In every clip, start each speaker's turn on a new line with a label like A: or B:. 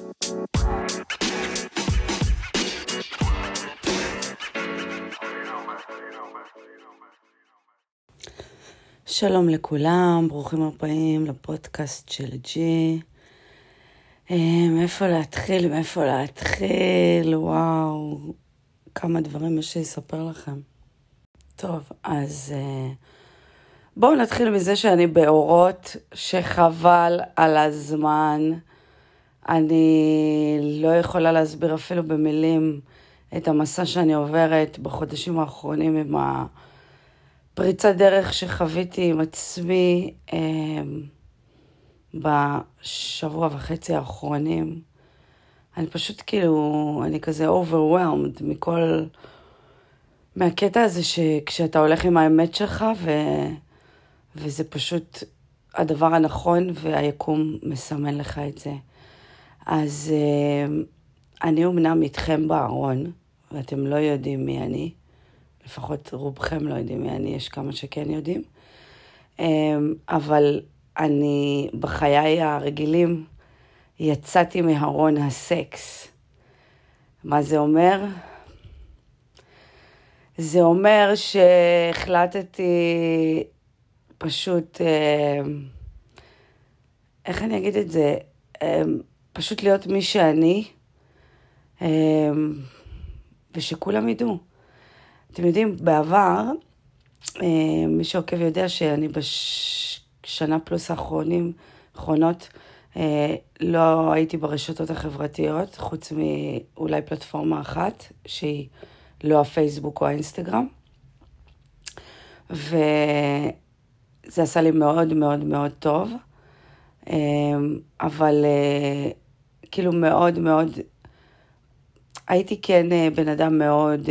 A: שלום לכולם, ברוכים הבאים לפודקאסט של ג'י. מאיפה להתחיל, וואו, כמה דברים יש לי לספר לכם. טוב, אז בואו נתחיל מזה שאני באורות שחבל על הזמן. אני לא יכולה להסביר אפילו במילים את המסע שאני עוברת בחודשים האחרונים עם פריצת דרך שחוויתי עם עצמי בשבוע וחצי האחרונים. אני פשוט אני כזה overwhelmed מהקטע הזה שכשאתה הולך עם האמת שלך וזה פשוט הדבר הנכון והיקום מסמן לך את זה. אז אני אמנם איתכם בארון ואתם לא יודעים מי אני. לפחות רובכם לא יודעים מי אני, יש כמה שכן יודעים. אבל אני בחיי הרגילים יצאתי מהארון הסקס. מה זה אומר? זה אומר שהחלטתי פשוט, איך אני אגיד את זה? פשוט להיות מי שאני, ושכולם ידעו. אתם יודעים, בעבר, מי שעוקב יודע שאני בשנה פלוס האחרונות לא הייתי ברשתות החברתיות, חוץ מאולי פלטפורמה אחת, שהיא לא הפייסבוק או האינסטגרם. וזה עשה לי מאוד מאוד מאוד טוב, אבל כאילו מאוד מאוד, הייתי כן בן אדם מאוד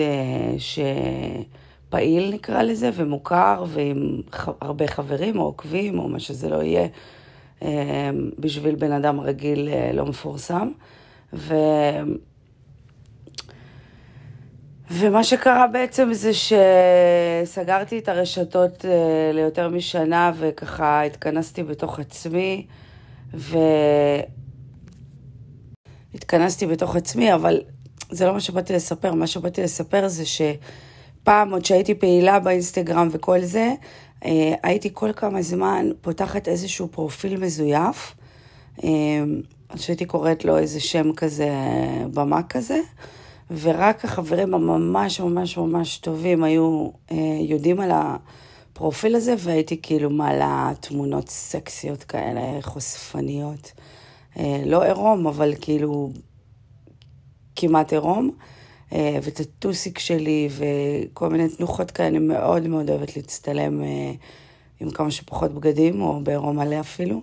A: שפעיל נקרא לזה, ומוכר, ועם הרבה חברים או עוקבים, או מה שזה לא יהיה, בשביל בן אדם רגיל לא מפורסם. ומה שקרה בעצם זה שסגרתי את הרשתות ליותר משנה, וככה התכנסתי בתוך עצמי, אבל זה לא מה שבאתי לספר. מה שבאתי לספר זה שפעם עוד שהייתי פעילה באינסטגרם וכל זה, הייתי כל כמה זמן פותחת איזשהו פרופיל מזויף, שהייתי קוראת לו איזה שם כזה, במה כזה, ורק החברים הממש ממש ממש טובים היו יודעים על הפרופיל הזה, והייתי כאילו מעלה תמונות סקסיות כאלה, חושפניות. לא עירום, אבל כאילו כמעט עירום, ואת הטוסיק שלי וכל מיני תנוחות כאלה. אני מאוד מאוד אוהבת להצטלם עם כמה שפחות בגדים, או בעירום מלא אפילו,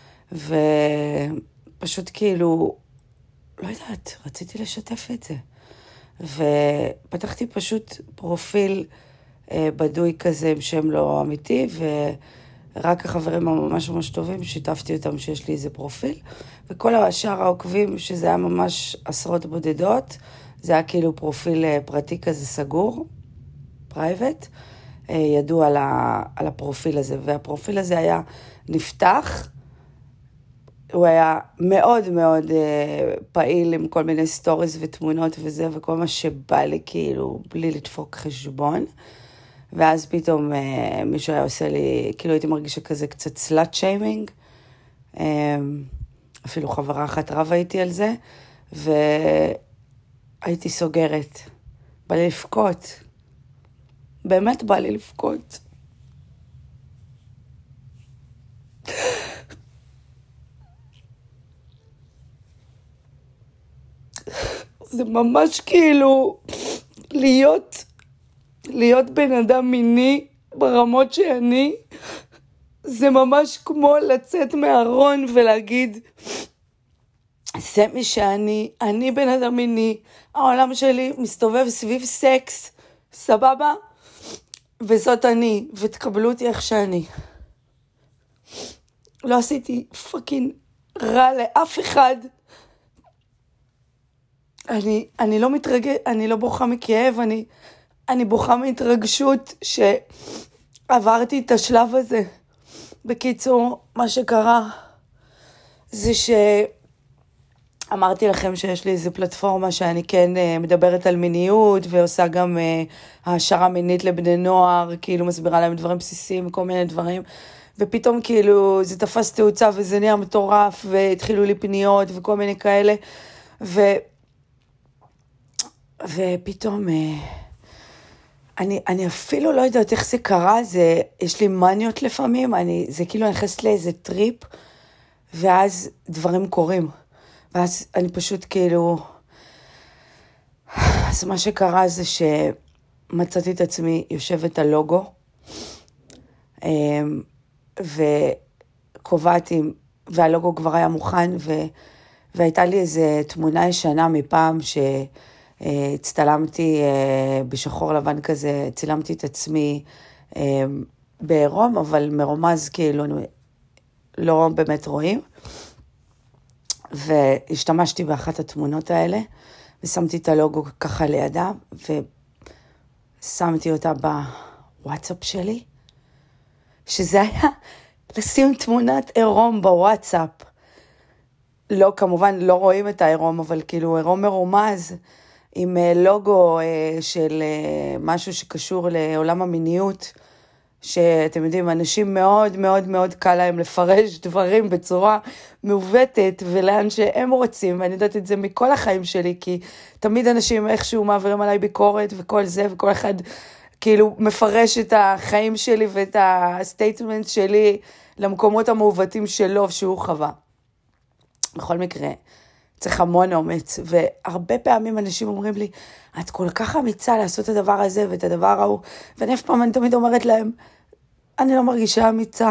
A: ופשוט כאילו, לא יודעת, רציתי לשתף את זה. ופתחתי פשוט פרופיל בדוי כזה עם שם לא אמיתי, ורק החברים הממש ממש טובים, שיתפתי אותם שיש לי איזה פרופיל, וכל השאר העוקבים, שזה היה ממש עשרות בודדות, זה היה כאילו פרופיל פרטי כזה סגור, פרייבט, ידעו על הפרופיל הזה, והפרופיל הזה היה נפתח, הוא היה מאוד מאוד פעיל עם כל מיני סטוריז ותמונות וזה, וכל מה שבא לי כאילו בלי לדפוק חשבון, ואז פתאום מישהו היה עושה לי, כאילו הייתי מרגישה כזה קצת סלאט שיימינג, אפילו חברה אחת רבה איתי על זה, והייתי סוגרת. בא לי לבכות. באמת בא לי לבכות. זה ממש כאילו להיות בן אדם מיני ברמות שאני, זה ממש כמו לצאת מהארון ולהגיד, זה מי שאני, אני בן אדם מיני, העולם שלי מסתובב סביב סקס, סבבה? וזאת אני, ותקבלו אותי איך שאני. לא עשיתי פאקינג רע לאף אחד. אני לא אני לא בוכה מכאב, אני בוכה מהתרגשות שעברתי את השלב הזה. בקיצור, מה שקרה זה אמרתי לכם שיש לי איזו פלטפורמה שאני כן מדברת על מיניות, ועושה גם העשרה מינית לבני נוער, כאילו מסבירה להם דברים בסיסיים, כל מיני דברים, ופתאום כאילו זה תפס תאוצה וזה נהיה מטורף, והתחילו לי פניות וכל מיני כאלה, ופתאום אני אפילו לא יודעת איך זה קרה, יש לי מניות לפעמים, זה כאילו נכנסת לאיזה טריפ, ואז דברים קורים. ואז אני פשוט כאילו, אז מה שקרה זה שמצאתי את עצמי יושבת על לוגו, וקובעתי, והלוגו כבר היה מוכן, והייתה לי איזו תמונה ישנה מפעם שהצטלמתי בשחור לבן כזה, צילמתי את עצמי בעירום, אבל מרומז כאילו לא באמת רואים. והשתמשתי באחת התמונות האלה, ושמתי את הלוגו ככה לידה, ושמתי אותה בוואטסאפ שלי, שזה היה לשים תמונת עירום בוואטסאפ. לא, כמובן לא רואים את העירום, אבל כאילו עירום מרומז, עם לוגו של משהו שקשור לעולם המיניות, שאתם יודעים, אנשים מאוד מאוד מאוד קל להם לפרש דברים בצורה מעוותת, ולאן שהם רוצים, ואני יודעת את זה מכל החיים שלי, כי תמיד אנשים איכשהו מעבירים עליי ביקורת וכל זה, וכל אחד כאילו מפרש את החיים שלי ואת הסטייטמנט שלי למקומות המעוותים שלו שהוא חווה. בכל מקרה, צריך המון אומץ, והרבה פעמים אנשים אומרים לי, את כל כך אמיצה לעשות את הדבר הזה ואת הדבר ההוא, ואני אף פעם אני תמיד אומרת להם, אני לא מרגישה אמיצה.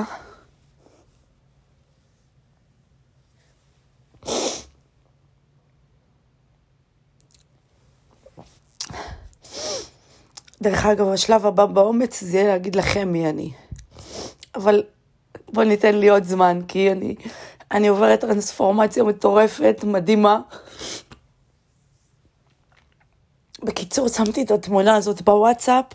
A: דרך אגב, השלב הבא באומץ זה יהיה להגיד לכם מי אני. אבל בוא ניתן לי עוד זמן, כי אני עוברת טרנספורמציה מטורפת, מדהימה. בקיצור, שמתי את התמונה הזאת בוואטסאפ,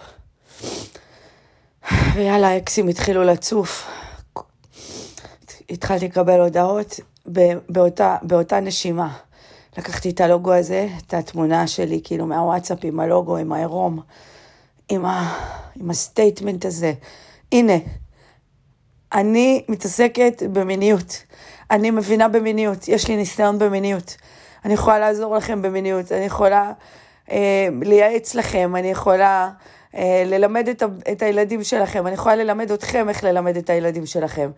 A: ויאללה, האקסים התחילו לצוף. התחלתי לקבל הודעות באותה נשימה. לקחתי את הלוגו הזה, את התמונה שלי, כאילו מהוואטסאפ עם הלוגו, עם העירום, עם הסטייטמנט הזה. הנה, אני מתעסקת במיניות. אני מבינה במיניות. יש לי ניסיון במיניות. אני יכולה לעזור לכם במיניות. אני יכולה לייעץ לכם. אני יכולה ללמד את הילדים שלכם. אני יכולה ללמד אתכם איך ללמד את הילדים שלכם.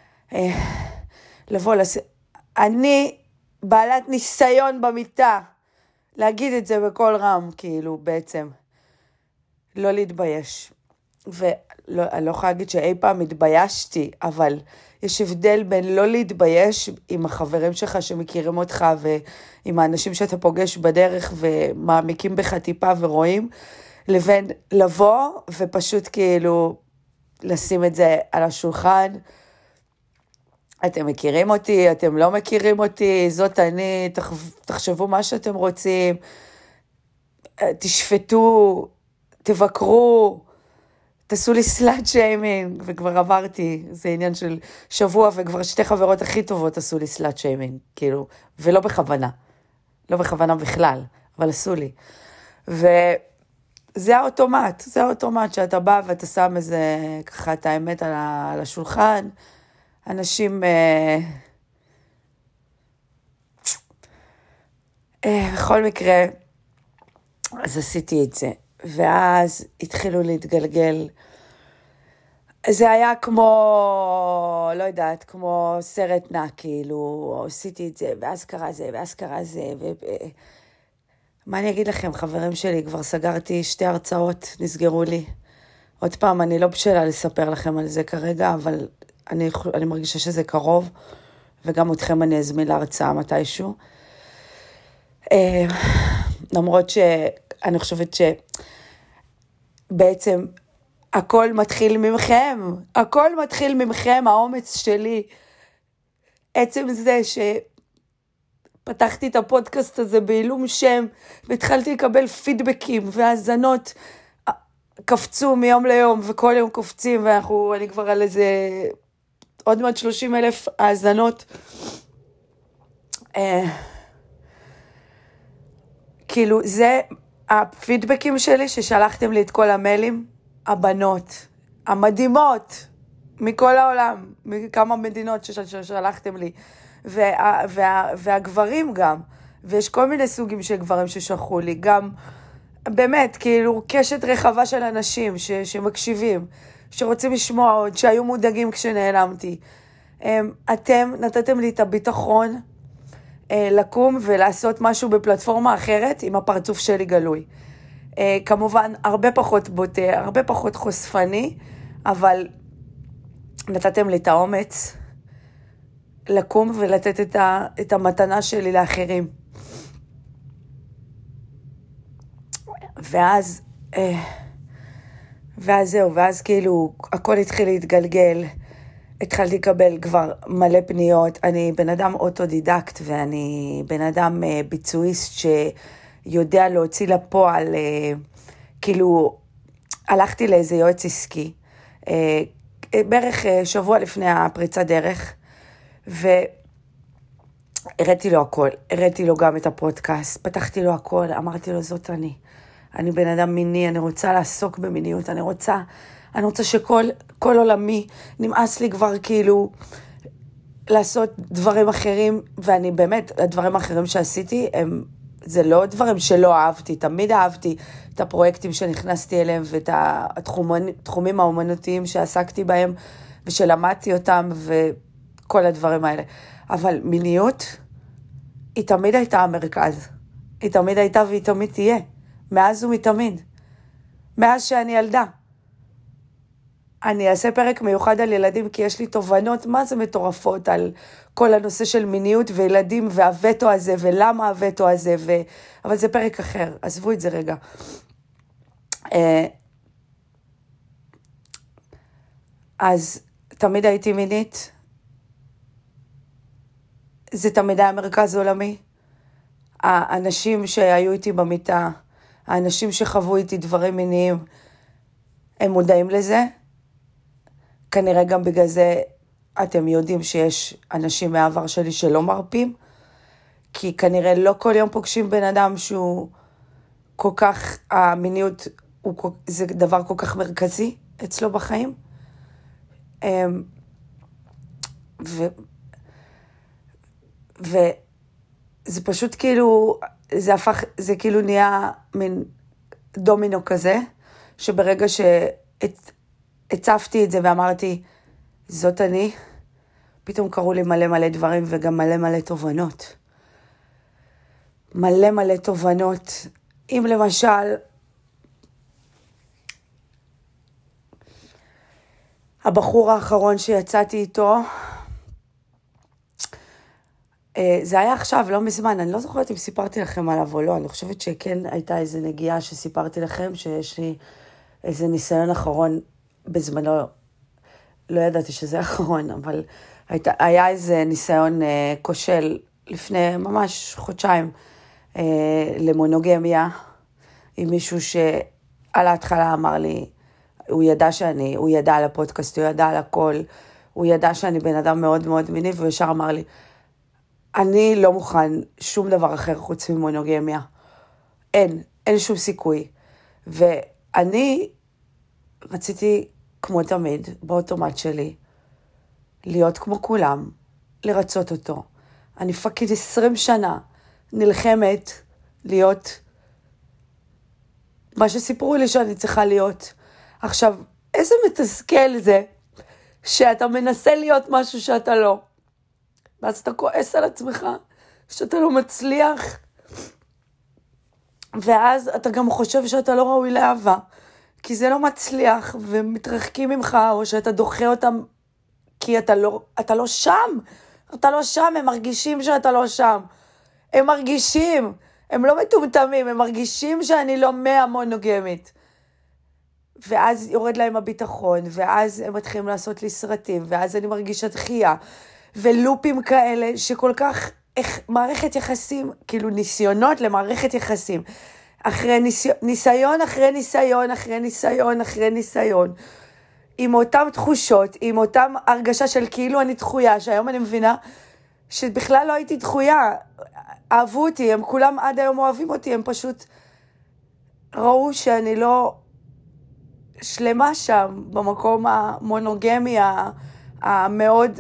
A: אני בעלת ניסיון במיטה. להגיד את זה בכל רם, כאילו, בעצם. לא להתבייש. אני לא יכולה להגיד שאי פעם התביישתי, אבל יש הבדל בין לא להתבייש עם החברים שלך שמכירים אותך, ועם האנשים שאתה פוגש בדרך ומעמיקים בך טיפה ורואים, לבין לבוא ופשוט כאילו לשים את זה על השולחן. אתם מכירים אותי, אתם לא מכירים אותי, זאת אני, תחשבו מה שאתם רוצים, תשפטו, תבקרו, תעשו לי סלאט שיימינג, וכבר עברתי, זה עניין של שבוע, וכבר שתי חברות הכי טובות עשו לי סלאט שיימינג, כאילו, ולא בכוונה, לא בכוונה בכלל, אבל עשו לי. וזה האוטומט, שאתה בא ואתה שם איזה, ככה את האמת על השולחן, אנשים, בכל מקרה, אז עשיתי את זה. ואז התחילו להתגלגל. זה היה כמו, לא יודעת, כמו סרט נע, כאילו, עשיתי את זה, ואז קרה זה, מה אני אגיד לכם, חברים שלי, כבר סגרתי 2 הרצאות, נסגרו לי. עוד פעם, אני לא בשלה לספר לכם על זה כרגע, אבל אני מרגישה שזה קרוב, וגם אתכם אני אזמין להרצאה מתישהו. למרות שאני חושבת שבעצם הכל מתחיל ממכם, האומץ שלי. עצם זה שפתחתי את הפודקאסט הזה בעילום שם, והתחלתי לקבל פידבקים והאזנות, קפצו מיום ליום, וכל יום קופצים, ואני כבר על איזה עוד מעט 30,000 האזנות. כאילו, זה הפידבקים שלי ששלחתם לי את כל המיילים, הבנות, המדהימות, מכל העולם, מכמה מדינות ששלחתם לי, והגברים גם, ויש כל מיני סוגים של גברים ששלחו לי, גם באמת, כאילו, קשת רחבה של אנשים שמקשיבים, שרוצים לשמוע עוד, שהיו מודאגים כשנעלמתי. אתם נתתם לי את הביטחון לקום ולעשות משהו בפלטפורמה אחרת עם הפרצוף שלי גלוי. כמובן, הרבה פחות בוטה, הרבה פחות חושפני, אבל נתתם לי את האומץ לקום ולתת את המתנה שלי לאחרים. ואז זהו, ואז כאילו הכל התחיל להתגלגל, התחלתי לקבל כבר מלא פניות, אני בן אדם אוטודידקט, ואני בן אדם ביצועיסט שיודע להוציא לפועל, כאילו הלכתי לאיזה יועץ עסקי, בערך שבוע לפני הפריצת דרך, והראיתי לו הכל, הראיתי לו גם את הפודקאסט, פתחתי לו הכל, אמרתי לו זאת אני בן אדם מיני, אני רוצה לעסוק במיניות, אני רוצה שכל עולמי, נמאס לי כבר כאילו לעשות דברים אחרים, ואני באמת, הדברים האחרים שעשיתי, זה לא דברים שלא אהבתי, תמיד אהבתי את הפרויקטים שנכנסתי אליהם, ואת התחומים האומנותיים שעסקתי בהם, ושלמדתי אותם, וכל הדברים האלה. אבל מיניות, היא תמיד הייתה המרכז. היא תמיד הייתה והיא תמיד תהיה. מאז ומתמיד. מאז שאני ילדה. אני אעשה פרק מיוחד על ילדים, כי יש לי תובנות מה זה מטורפות על כל הנושא של מיניות וילדים והווטו הזה, ולמה הווטו הזה, אבל זה פרק אחר, עזבו את זה רגע. אז תמיד הייתי מינית, זה תמיד היה מרכז עולמי. האנשים שהיו איתי במיטה, האנשים שחוו איתי דברים מיניים, הם מודעים לזה. כנראה גם בגלל זה אתם יודעים שיש אנשים מהעבר שלי שלא מרפים, כי כנראה לא כל יום פוגשים בן אדם שהוא כל כך, המיניות זה דבר כל כך מרכזי אצלו בחיים. וזה פשוט כאילו, זה כאילו נהיה מין דומינו כזה, שברגע הצפתי את זה ואמרתי, זאת אני, פתאום קראו לי מלא דברים וגם מלא תובנות. מלא תובנות. אם למשל, הבחור האחרון שיצאתי איתו, זה היה עכשיו, לא מזמן, אני לא זוכרת אם סיפרתי לכם עליו או לא, אני חושבת שכן הייתה איזו נגיעה שסיפרתי לכם, שיש לי איזה ניסיון אחרון בזמנו, לא ידעתי שזה אחרון, אבל היה איזה ניסיון כושל לפני ממש חודשיים למונוגמיה, עם מישהו שעל ההתחלה אמר לי, הוא ידע על הפודקאסט, הוא ידע על הכל, הוא ידע שאני בן אדם מאוד מיני, והוא ישר אמר לי, אני לא מוכן שום דבר אחר חוץ ממונוגמיה. אין שום סיכוי. ואני רציתי, כמו תמיד, באוטומט שלי, להיות כמו כולם, לרצות אותו. אני פאקינג 20 שנה נלחמת להיות מה שסיפרו לי שאני צריכה להיות. עכשיו, איזה מתסכל זה שאתה מנסה להיות משהו שאתה לא. ואז אתה כועס על עצמך שאתה לא מצליח. ואז אתה גם חושב שאתה לא ראוי לאהבה. כי זה לא מצליח ומתרחקים ממך, או שאתה דוחה אותם כי אתה לא שם. אתה לא שם, הם מרגישים שאתה לא שם. הם מרגישים, הם לא מטומטמים, הם מרגישים שאני לא מונוגמית. ואז יורד להם הביטחון, ואז הם מתחילים לעשות לי סרטים, ואז אני מרגישה דחייה, ולופים כאלה שכל כך, מערכת יחסים, כאילו ניסיונות למערכת יחסים, אחרי ניסיון אחרי ניסיון, אחרי ניסיון, אחרי ניסיון, עם אותם תחושות, עם אותם הרגשה של כאילו אני דחויה, שהיום אני מבינה שבכלל לא הייתי דחויה, אהבו אותי, הם כולם עד היום אוהבים אותי, הם פשוט ראו שאני לא שלמה שם, במקום המונוגמי המאוד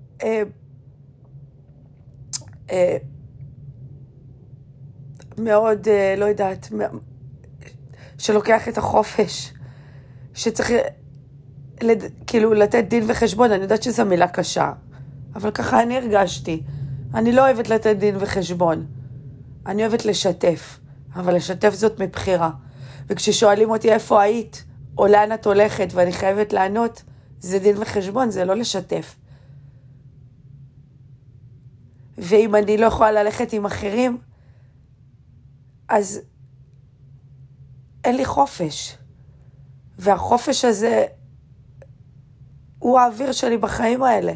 A: מאוד, לא יודעת, שלוקח את החופש, שצריך כאילו לתת דין וחשבון. אני יודעת שזו מילה קשה, אבל ככה אני הרגשתי. אני לא אוהבת לתת דין וחשבון, אני אוהבת לשתף, אבל לשתף זאת מבחירה. וכששואלים אותי איפה היית, או לאן את הולכת, ואני חייבת לענות, זה דין וחשבון, זה לא לשתף. ואם אני לא יכולה ללכת עם אחרים, אז אין לי חופש. והחופש הזה הוא האוויר שלי בחיים האלה.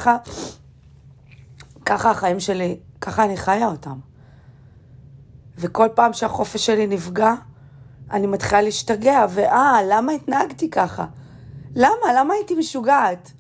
A: ככה החיים שלי, ככה אני חיה אותם. וכל פעם שהחופש שלי נפגע, אני מתחילה להשתגע, למה התנהגתי ככה? למה הייתי משוגעת?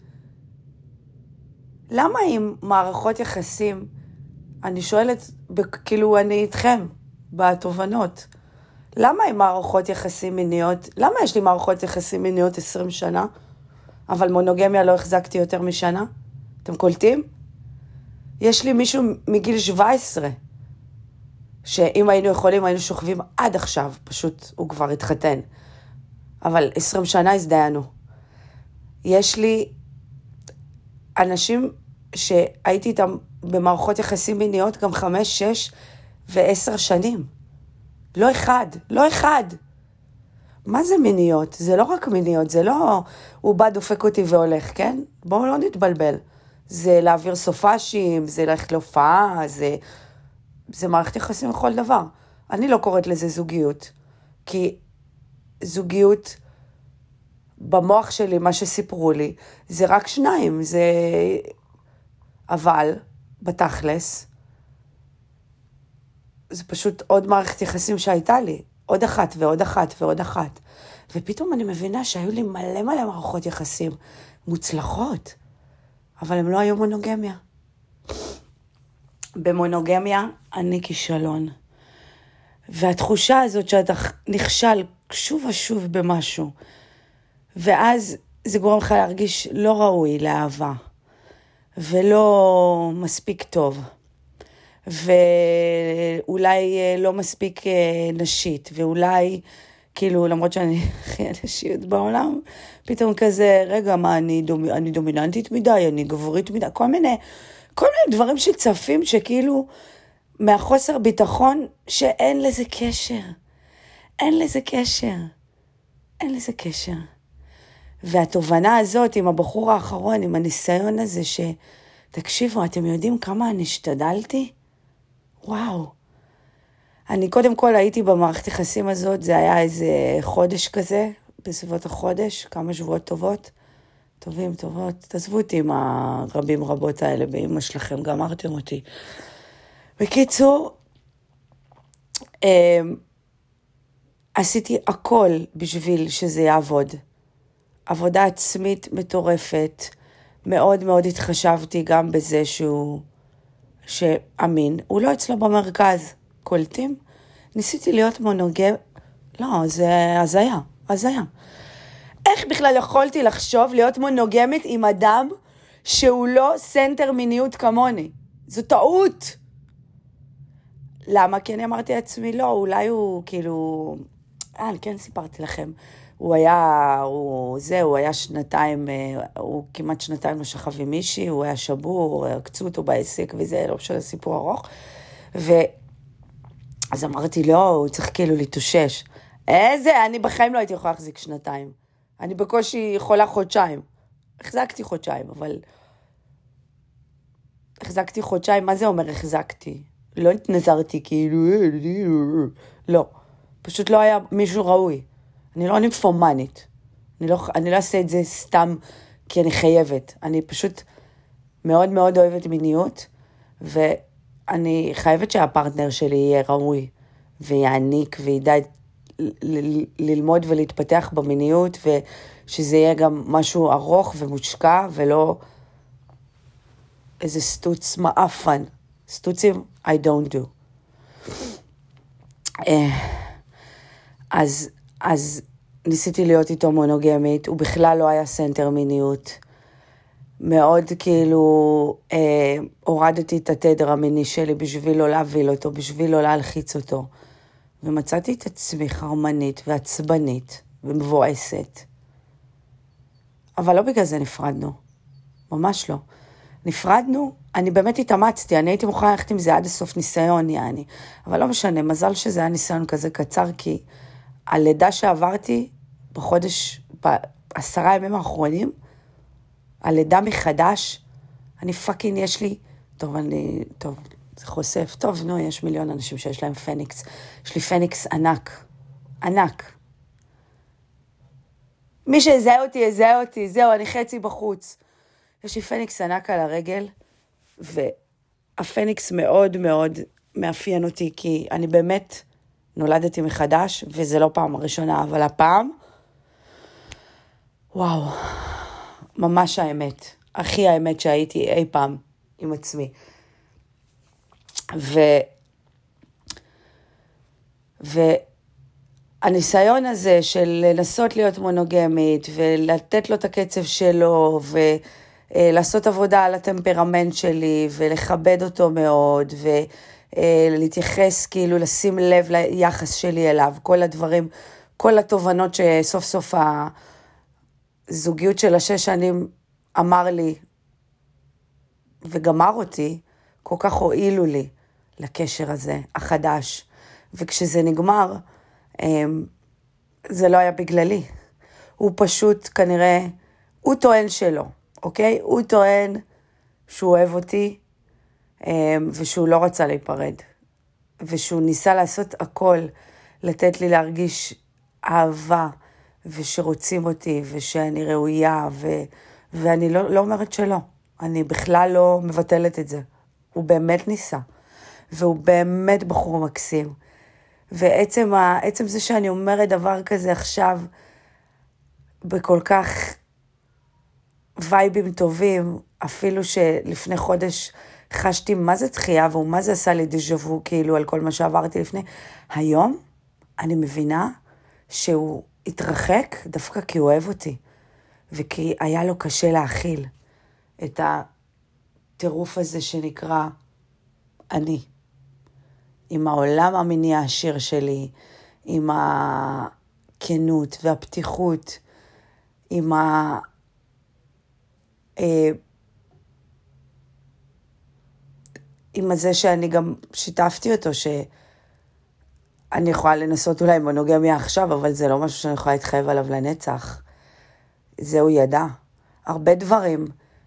A: למה עם מערכות יחסים, אני שואלת, כאילו אני איתכם, בתובנות, למה עם מערכות יחסים מיניות, למה יש לי מערכות יחסים מיניות 20 שנה, אבל מונוגמיה לא החזקתי יותר משנה? אתם קולטים? יש לי מישהו מגיל 17, שאם היינו יכולים, היינו שוכבים עד עכשיו, פשוט הוא כבר התחתן. אבל 20 שנה הזדיינו. יש לי אנשים שהייתי איתם במערכות יחסים מיניות גם 5, 6 ו10 שנים. לא אחד. מה זה מיניות? זה לא רק מיניות, זה לא הוא בא דופק אותי והולך, כן? בואו לא נתבלבל. זה להעביר סופשים, זה ללכת להופעה, זה מערכת יחסים לכל דבר. אני לא קוראת לזה זוגיות, כי זוגיות במוח שלי, מה שסיפרו לי, זה רק 2, אבל בתכלס, זה פשוט עוד מערכת יחסים שהייתה לי, עוד אחת ועוד אחת ועוד אחת. ופתאום אני מבינה שהיו לי מלא מערכות יחסים מוצלחות, אבל הם לא היו מונוגמיה. במונוגמיה אני כישלון. והתחושה הזאת שאתה נכשל שוב ושוב במשהו, ואז זה גורם לך להרגיש לא ראוי לאהבה, ולא מספיק טוב, ואולי לא מספיק נשית, ואולי, כאילו, למרות שאני הכי נשיות בעולם, פתאום כזה, רגע, מה, אני דומיננטית מדי, אני גברית מדי, כל מיני דברים שצפים, שכאילו, מהחוסר ביטחון, שאין לזה קשר. אין לזה קשר. והתובנה הזאת עם הבחור האחרון, עם הניסיון הזה תקשיבו, אתם יודעים כמה אני השתדלתי? וואו. אני קודם כל הייתי במערכת יחסים הזאת, זה היה איזה חודש כזה, בסביבות החודש, כמה שבועות טובים, תעזבו אותי עם הרבים רבות האלה, באמא שלכם, גמרתם אותי. בקיצור, עשיתי הכל בשביל שזה יעבוד. עבודה עצמית מטורפת, מאוד מאוד התחשבתי גם בזה שאמין, הוא לא אצלו במרכז, קולטים? ניסיתי להיות מונוגם, לא, זה הזיה. איך בכלל יכולתי לחשוב להיות מונוגמית עם אדם שהוא לא סנטר מיניות כמוני? זו טעות. למה? כי אני אמרתי לעצמי, לא, אולי הוא כאילו, אני כן סיפרתי לכם, הוא היה שנתיים, הוא כמעט שנתיים לא שכב עם מישהי, הוא היה שבור, הקצו אותו בעסק וזה, לא משנה, סיפור ארוך. אז אמרתי, לא, הוא צריך כאילו להתאושש. אני בחיים לא הייתי יכולה להחזיק 2. אני בקושי יכולה חודשיים. החזקתי חודשיים, אבל החזקתי חודשיים, מה זה אומר החזקתי? לא התנזרתי כאילו, לא. פשוט לא היה מישהו ראוי. אני לא נימפומנית. אני לא אעשה את זה סתם כי אני חייבת. אני פשוט מאוד מאוד אוהבת מיניות, ואני חייבת שהפרטנר שלי יהיה ראוי, ויעניק, וידע ללמוד ולהתפתח במיניות, ושזה יהיה גם משהו ארוך ומושקע, ולא איזה סטוץ מאפן. סטוצים, I don't do. אז ניסיתי להיות איתו מונוגמית, הוא בכלל לא היה סנטר מיניות. מאוד כאילו הורדתי את התדר המיני שלי בשביל לא להביל אותו, בשביל לא להלחיץ אותו. ומצאתי את עצמי חרמנית ועצבנית ומבואסת. אבל לא בגלל זה נפרדנו. ממש לא. נפרדנו, אני באמת התאמצתי, אני הייתי מוכנה ללכת עם זה עד הסוף ניסיון, יעני. אבל לא משנה, מזל שזה היה ניסיון כזה קצר, כי הלידה שעברתי ב10 ימים האחרונים, הלידה מחדש, אני פאקינג יש לי, טוב, זה חושף, טוב, נו, יש מיליון אנשים שיש להם פניקס, יש לי פניקס ענק, ענק. מי שיזהה אותי, זהו, אני חצי בחוץ. יש לי פניקס ענק על הרגל, והפניקס מאוד מאוד מאפיין אותי, כי אני באמת נולדתי מחדש, וזה לא פעם הראשונה, אבל הפעם, וואו, ממש האמת, הכי האמת שהייתי אי פעם עם עצמי. והניסיון הזה של לנסות להיות מונוגמית, ולתת לו את הקצב שלו, ולעשות עבודה על הטמפרמנט שלי, ולכבד אותו מאוד, ולהתייחס כאילו, לשים לב ליחס שלי אליו, כל הדברים, כל התובנות שסוף סוף הזוגיות של 6 שנים אמר לי, וגמר אותי, כל כך הועילו לי לקשר הזה, החדש. וכשזה נגמר, זה לא היה בגללי. הוא פשוט כנראה, הוא טוען שלא, אוקיי? הוא טוען שהוא אוהב אותי, ושהוא לא רצה להיפרד. ושהוא ניסה לעשות הכל, לתת לי להרגיש אהבה, ושרוצים אותי, ושאני ראויה, ואני לא אומרת שלא. אני בכלל לא מבטלת את זה. הוא באמת ניסה. והוא באמת בחור מקסים. ועצם זה שאני אומרת דבר כזה עכשיו, בכל כך וייבים טובים, אפילו שלפני חודש חשתי מה זה דחייה, והוא מה זה עשה לי דז'וו, כאילו על כל מה שעברתי לפני. היום אני מבינה שהוא התרחק דווקא כי הוא אוהב אותי, וכי היה לו קשה להכיל את הטירוף הזה שנקרא אני. עם העולם המיני העשיר שלי, עם הכנות והפתיחות, עם עם זה שאני גם שיתפתי אותו, שאני יכולה לנסות אולי מונוגמיה עכשיו, אבל זה לא משהו שאני יכולה להתחייב עליו לנצח. זה הוא ידע. הרבה דברים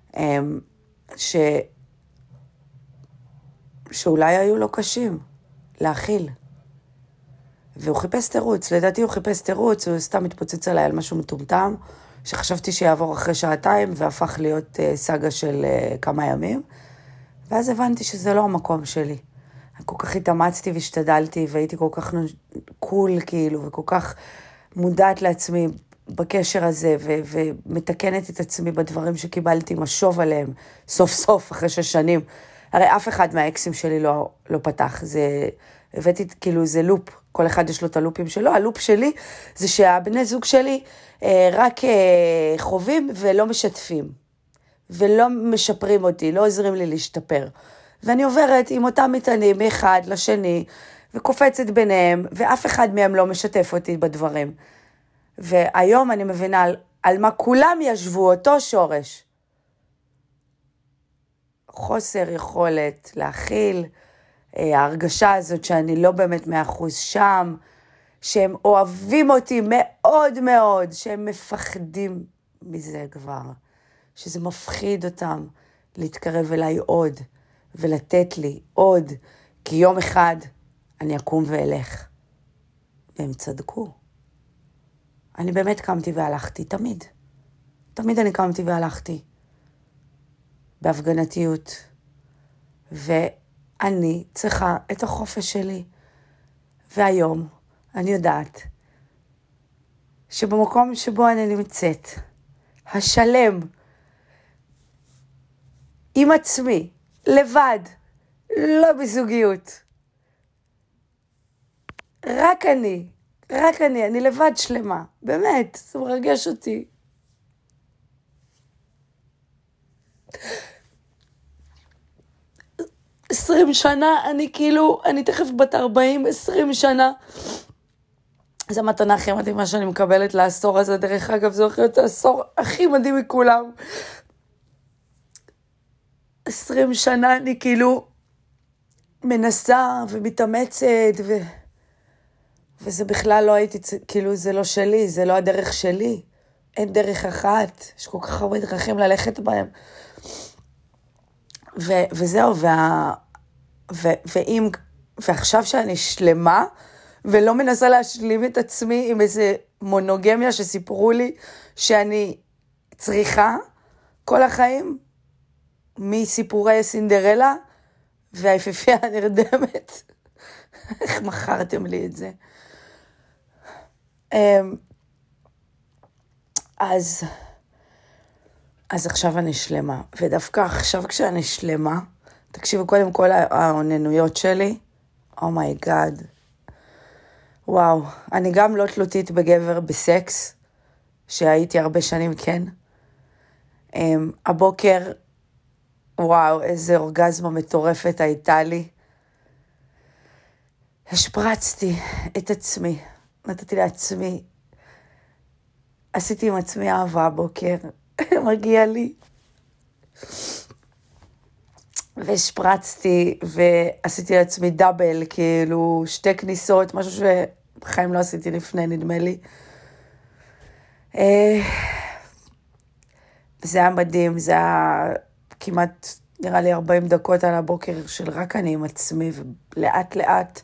A: שאולי היו לו קשים להכיל. והוא חיפש תירוץ. לדעתי הוא חיפש תירוץ, הוא סתם מתפוצץ עליי על משהו מטומטם, שחשבתי שיעבור אחרי 2 שעות, והפך להיות סגה של כמה ימים. ואז הבנתי שזה לא המקום שלי. כל כך התאמצתי והשתדלתי, והייתי כל כך קול כאילו, וכל כך מודעת לעצמי בקשר הזה, ומתקנת את עצמי בדברים שקיבלתי משוב עליהם, סוף סוף, אחרי 6 שנים. הרי אף אחד מהאקסים שלי לא פתח. הבאתי כאילו זה לופ, כל אחד יש לו את הלופים שלו. הלופ שלי זה שהבני זוג שלי רק חווים ולא משתפים. ולא משפרים אותי, לא עוזרים לי להשתפר. ואני עוברת עם אותם מטענים מאחד לשני, וקופצת ביניהם, ואף אחד מהם לא משתף אותי בדברים. והיום אני מבינה על מה כולם ישבו, אותו שורש. חוסר יכולת להכיל, ההרגשה הזאת שאני לא באמת 100% שם, שהם אוהבים אותי מאוד מאוד, שהם מפחדים מזה כבר, שזה מפחיד אותם להתקרב אליי עוד, ולתת לי עוד, כי יום אחד אני אקום ואלך. והם צדקו. אני באמת קמתי והלכתי, תמיד. תמיד אני קמתי והלכתי. בהפגנתיות. ואני צריכה את החופש שלי. והיום אני יודעת שבמקום שבו אני נמצאת, השלם, עם עצמי, לבד, לא בזוגיות. רק אני לבד שלמה, באמת, זה מרגש אותי. « 20 שנה, אני תכף בת 40, 20 שנה. זו המתנה הכי מדהימה שאני מקבלת לעשור הזה, דרך אגב, זה הולך להיות העשור הכי מדהים מכולם. 20 שנה אני מנסה ומתאמצת, וזה בכלל לא הייתי, זה לא שלי, זה לא הדרך שלי. אין דרך אחת, יש כל כך הרבה דרכים ללכת בהם. וזהו, ועכשיו שאני שלמה, ולא מנסה להשלים את עצמי עם איזה מונוגמיה שסיפרו לי שאני צריכה כל החיים, מסיפורי סינדרלה והיפיפייה הנרדמת. איך מכרתם לי את זה? אז עכשיו אני שלמה, ודווקא עכשיו כשאני שלמה, תקשיבו, קודם כל העוננויות שלי, אומייגאד, וואו, אני גם לא תלותית בגבר בסקס, שהייתי הרבה שנים, כן. הבוקר, וואו, איזה אורגזמה מטורפת הייתה לי. השפרצתי את עצמי, נתתי לעצמי, עשיתי עם עצמי אהבה הבוקר, מגיע לי. והשפרצתי ועשיתי לעצמי דאבל, 2 כניסות, משהו שבחיים לא עשיתי לפני, נדמה לי. זה היה מדהים, זה היה כמעט, נראה לי 40 דקות על הבוקר של רק אני עם עצמי, ולאט לאט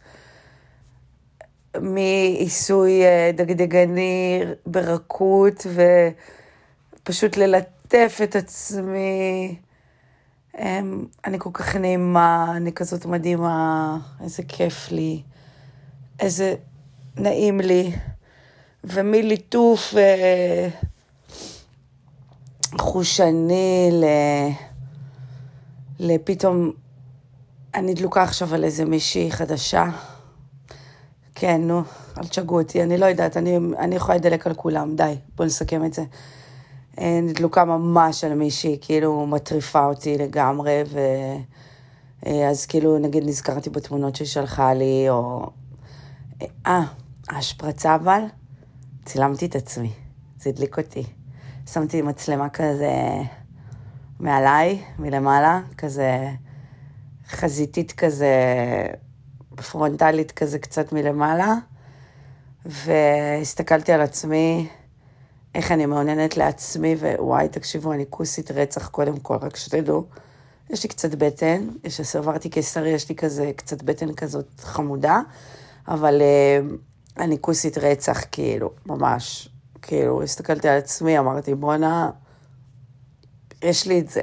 A: מעיסוי דגדגני ברכות, ופשוט ללטף את עצמי. אני כל כך נעימה, אני כזאת מדהימה, איזה כיף לי, איזה נעים לי, ומליטוף חושני לפתאום, אני דלוקה עכשיו על איזה מישהי חדשה, כן, נו, אל תשגעו אותי, אני לא יודעת, אני יכולה לדלק על כולם, די, בואו נסכם את זה. נדלוקה ממש על מישהי, מטריפה אותי לגמרי, אז נגיד נזכרתי בתמונות ששלחה לי, או... השפרצה אבל, צילמתי את עצמי, זה הדליק אותי. שמתי מצלמה כזה מעליי, מלמעלה, כזה חזיתית כזה, פרונטלית כזה קצת מלמעלה, והסתכלתי על עצמי, איך אני מעוננת לעצמי, ווואי, תקשיבו, אני כוסית רצח קודם כל, רק שתדעו. יש לי קצת בטן, שסברתי קיסרי, יש לי כזה, קצת בטן כזאת חמודה, אבל אני כוסית רצח, ממש, הסתכלתי על עצמי, אמרתי, בונה, יש לי את זה.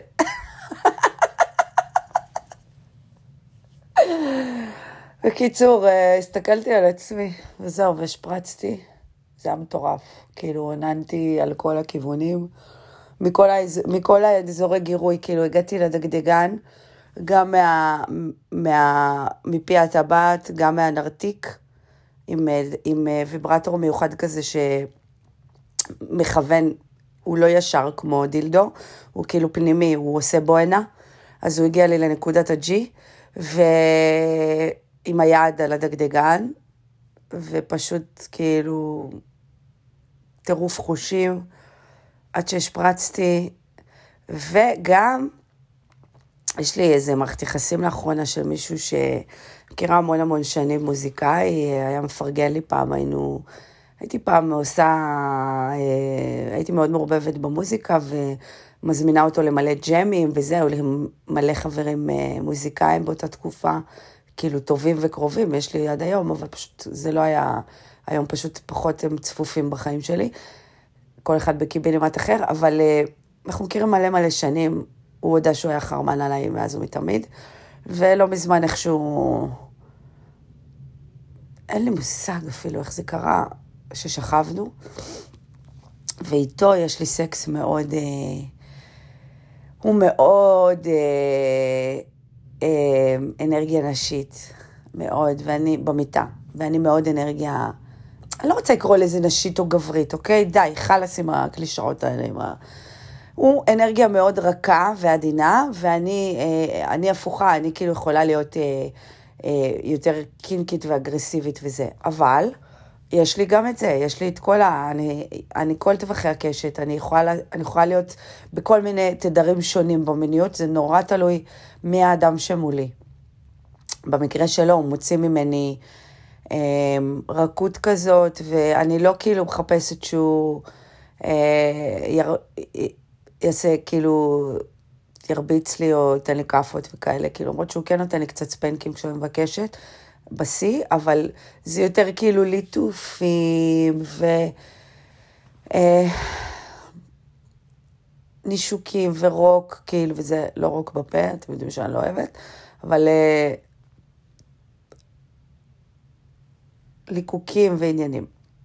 A: בקיצור, הסתכלתי על עצמי, וזהו, והשפרצתי. זה היה מטורף, עוננתי על כל הכיוונים, מכל האזורי גירוי, הגעתי לדגדגן, גם מפי הטבעת, גם מהנרתיק, עם ויברטור מיוחד כזה שמכוון, הוא לא ישר כמו דילדו, הוא פנימי, הוא עושה בוהנה, אז הוא הגיע לי לנקודת הג'י, ועם היד על הדגדגן, ופשוט טירוף חושים, עד שהשפרצתי, וגם יש לי איזה מערכת יחסים לאחרונה של מישהו שמכירה המון שנים, מוזיקאי, היה מפרגן לי פעם, הייתי פעם הייתי מאוד מעורבבת במוזיקה, ומזמינה אותו למלא ג'מים, וזהו, למלא חברים מוזיקאים באותה תקופה, טובים וקרובים, יש לי עד היום, אבל פשוט זה לא היה, היום פשוט פחות הם צפופים בחיים שלי, כל אחד בקיבינימט אחר, אבל אנחנו מכירים מלא שנים, הוא יודע שהוא היה חרמן עליי מאז ומתמיד, ולא מזמן איכשהו, אין לי מושג אפילו איך זה קרה, ששכבנו, ואיתו יש לי סקס מאוד, הוא מאוד אנרגיה נשית, מאוד, ואני במיטה, ואני מאוד אנרגיה, אני לא רוצה לקרוא לזה נשית או גברית, אוקיי? די, חלס עם הקלישאות האלה, הוא אנרגיה מאוד רכה ועדינה, ואני הפוכה, אני כאילו יכולה להיות יותר קינקית ואגרסיבית וזה, אבל יש לי גם את זה, יש לי את כל אני כל טווחי הקשת, אני יכולה להיות בכל מיני תדרים שונים במיניות, זה נורא תלוי מי האדם שמולי. במקרה שלו הוא מוציא ממני רכות כזאת, ואני לא כאילו מחפשת שהוא יעשה כאילו, ירביץ לי או ייתן לי כפות וכאלה, כאילו למרות שהוא כן נותן לי קצת ספנקים כשאני מבקשת, בסי, אבל זה יותר כאילו ליטופים נישוקים ורוק, כאילו, וזה לא רוק בפה, אתם יודעים שאני לא אוהבת, אבל ליקוקים ועניינים.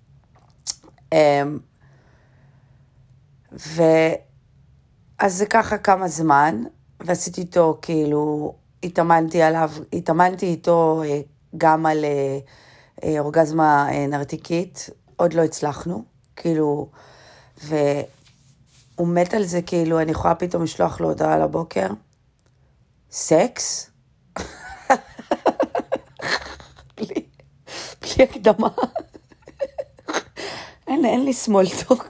A: אז זה ככה כמה זמן, ועשיתי איתו כאילו, התאמנתי איתו גם על אורגזמה נרתיקית, עוד לא הצלחנו, כאילו, והוא מת על זה, כאילו, אני יכולה פתאום לשלוח לו הודעה לבוקר, סקס? בלי הקדמה. אין לי סמולטוק,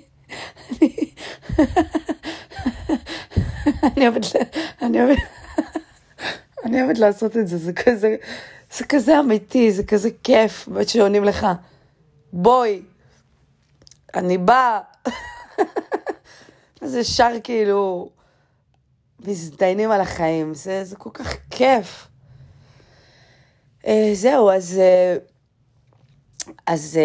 A: אני אוהבת לעשות את זה, זה כזה אמיתי, זה כזה כיף, באמת שעונים לך, בואי, אני באה, זה שר כאילו, מזדיינים על החיים, זה כל כך כיף. זהו, אז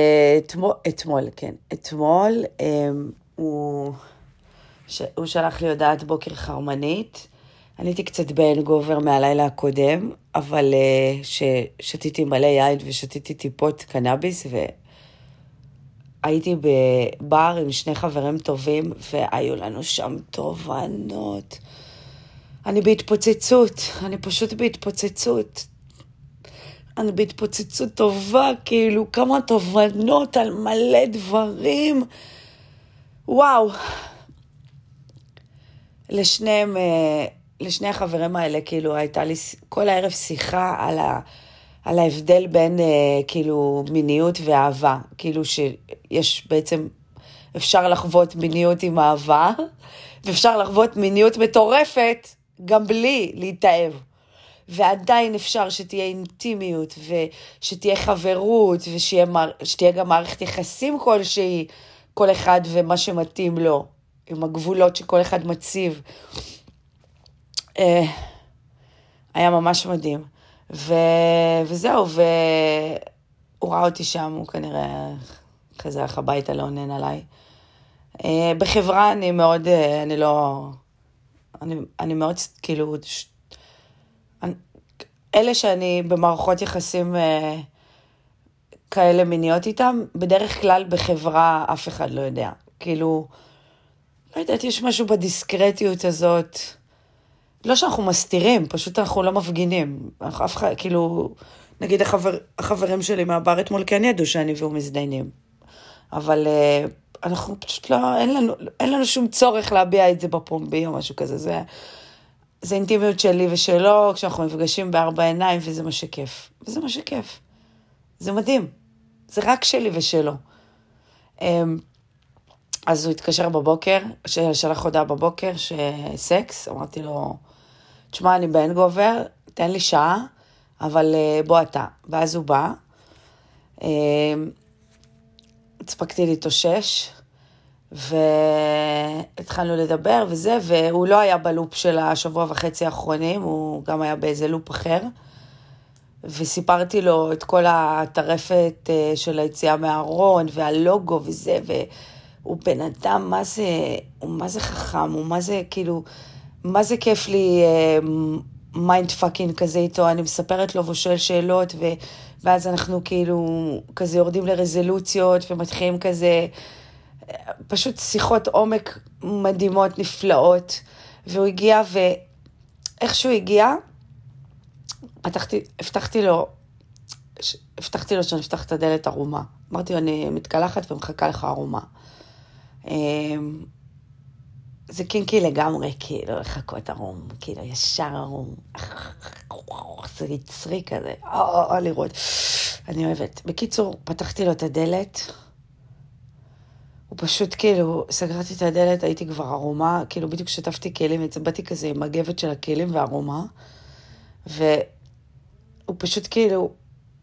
A: אתמול הוא שלח לי הודעת בוקר חרמנית, אני הייתי קצת בהנגובר מהלילה הקודם, אבל שתיתי מלא יין ושתיתי טיפות קנאביס, והייתי בבר עם שני חברים טובים, והיו לנו שם תובנות. אני בהתפוצצות, אני פשוט בהתפוצצות. אני בהתפוצצות טובה, כאילו כמה תובנות על מלא דברים. וואו. לשני החברים האלה, כאילו, הייתה לי כל הערב שיחה על ההבדל בין, כאילו, מיניות ואהבה. כאילו, שיש בעצם, אפשר לחוות מיניות עם אהבה, ואפשר לחוות מיניות מטורפת, גם בלי להתאהב. ועדיין אפשר שתהיה אינטימיות, ושתהיה חברות, ושתהיה גם מערכת יחסים כלשהי, כל אחד ומה שמתאים לו. עם הגבולות שכל אחד מציב. היה ממש מדהים. וזהו, והוא ראה אותי שם, הוא כנראה כזה הלך הביתה, לא עונן עליי. בחברה אני מאוד, אני מאוד, כאילו, אלה שאני במערכות יחסים כאלה מיניות איתם, בדרך כלל בחברה אף אחד לא יודע. כאילו, לא יודעת, יש משהו בדיסקרטיות הזאת, לא שאנחנו מסתירים, פשוט אנחנו לא מפגינים. אף אחד, כאילו, נגיד החברים שלי מהבר אתמול כן ידעו שאני והוא מזדיינים. אבל אנחנו פשוט לא, אין לנו שום צורך להביע את זה בפומבי או משהו כזה. זה אינטימיות שלי ושלו, כשאנחנו מפגשים בארבע עיניים, וזה מה שכיף. וזה מה שכיף. זה מדהים. זה רק שלי ושלו. אז הוא התקשר בבוקר, שלח הודעה בבוקר, שסקס, אמרתי לו, תשמע, אני בהנגובר, תן לי שעה, אבל בוא אתה. ואז הוא בא, הצפקתי להתאושש, והתחלנו לדבר וזה, והוא לא היה בלופ של השבוע וחצי האחרונים, הוא גם היה באיזה לופ אחר, וסיפרתי לו את כל הטרפת של היציאה מהארון, והלוגו וזה, הוא בן אדם, מה זה חכם, מה זה כאילו, מה זה כיף לי מיינד פאקינג כזה איתו, אני מספרת לו והוא שואל שאלות, ואז אנחנו כאילו כזה יורדים לרזולוציות, ומתחילים כזה, פשוט שיחות עומק מדהימות, נפלאות, והוא הגיע, ואיך שהוא הגיע, הבטחתי לו שאני אפתח את הדלת ערומה. אמרתי לו, אני מתקלחת ומחכה לך ערומה. זה קינקי לגמרי, כאילו, לחכות ערום, כאילו, ישר ערום. זה יצרי כזה, לראות. אני אוהבת. בקיצור, פתחתי לו את הדלת, הוא פשוט כאילו, סגרתי את הדלת, הייתי כבר ערומה, כאילו בדיוק שטפתי כלים, באתי כזה עם מגבת של הכלים וערומה, והוא פשוט כאילו,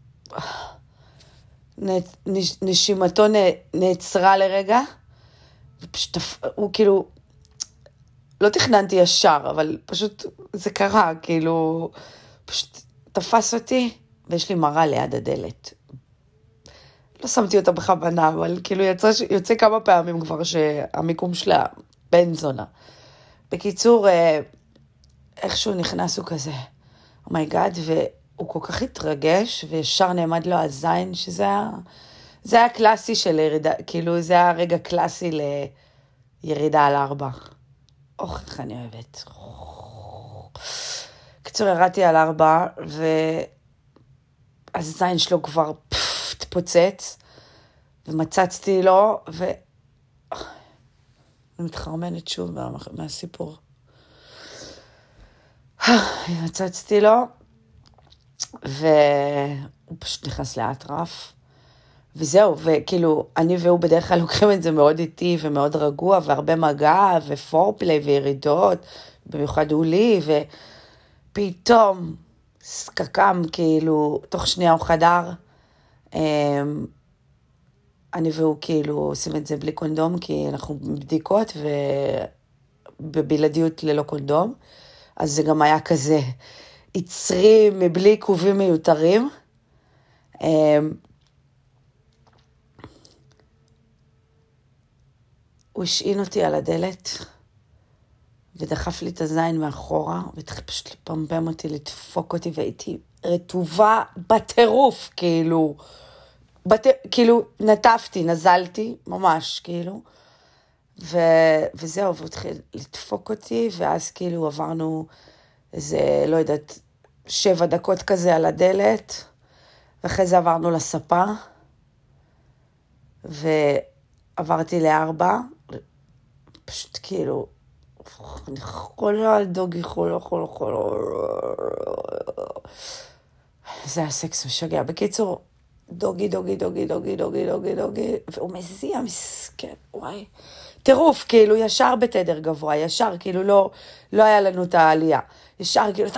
A: נשימתו נעצרה לרגע, ופשוט, הוא כאילו, לא תכננתי ישר, אבל פשוט זה קרה, כאילו, פשוט תפס אותי, ויש לי מראה ליד הדלת. לא שמתי אותה בכוונה, אבל כאילו יוצא כמה פעמים כבר שהמיקום שלה בן זונה. בקיצור, איכשהו נכנס הוא כזה, אומייגאד, והוא כל כך התרגש, וישר נעמד לו הזין, שזה היה קלאסי של ירידה, כאילו זה היה רגע קלאסי לירידה על 4. איך אני אוהבת. קיצור, ירדתי על 4, והזין שלו כבר התפוצץ, ומצצתי לו, אני מתחרמנת שוב מהסיפור. מצצתי לו, והוא פשוט נכנס לאטרף, וזהו, וכאילו, אני והוא בדרך כלל לוקחים את זה מאוד איטי, ומאוד רגוע, והרבה מגע, ופורפלי, וירידות, במיוחד הוא לי, ופתאום, סקקם, כאילו, תוך שנייה הוא חדר, אני והוא כאילו עושים את זה בלי קונדום, כי אנחנו בבדיקות ובבלעדיות ללא קונדום, אז זה גם היה כזה יצרי מבלי עיכובים מיותרים. הוא השעין אותי על הדלת, ודחף לי את הזין מאחורה, והתחיל פשוט לפמפם אותי, לדפוק אותי, והייתי רטובה בטירוף, כאילו נטפתי, נזלתי, ממש, כאילו, וזהו, והוא התחיל לדפוק אותי, ואז כאילו עברנו איזה, לא יודעת, 7 דקות כזה על הדלת, ואחרי זה עברנו לספה, ועברתי ל4, פשוט כאילו, אני חולה על דוגי, חולה. זה היה סקס משגע. בקיצור, דוגי, והוא מזיע מסכן, וואי. טירוף, כאילו, ישר בתדר גבוה, ישר, כאילו, לא היה לנו את העלייה. ישר, כאילו,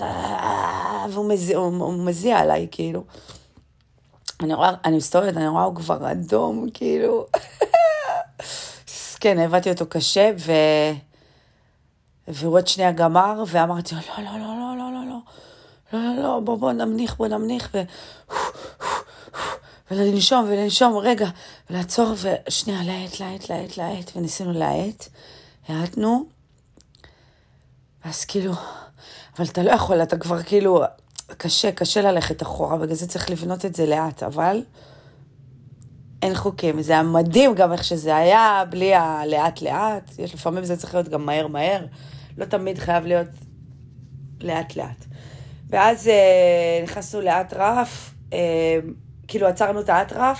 A: והוא מזיע עליי, כאילו. אני מסתובבת, אני רואה, הוא כבר אדום, כאילו. כן, הבאתי אותו קשה, והוא עוד שנייה גמר, ואמרתי לו, לא, בוא נמניח, ולנשום, רגע, ולעצור, ושנייה, להט, וניסינו להט, העטנו, ואז כאילו, אבל אתה לא יכול, אתה כבר כאילו, קשה ללכת אחורה, בגלל זה צריך לבנות את זה לאט, אבל אין חוקים, זה היה מדהים גם איך שזה היה, בלי הלאט, יש לפעמים זה צריך להיות גם מהר, לא תמיד חייב להיות לאט. ואז נכנסנו לאטרף, כאילו עצרנו את האטרף,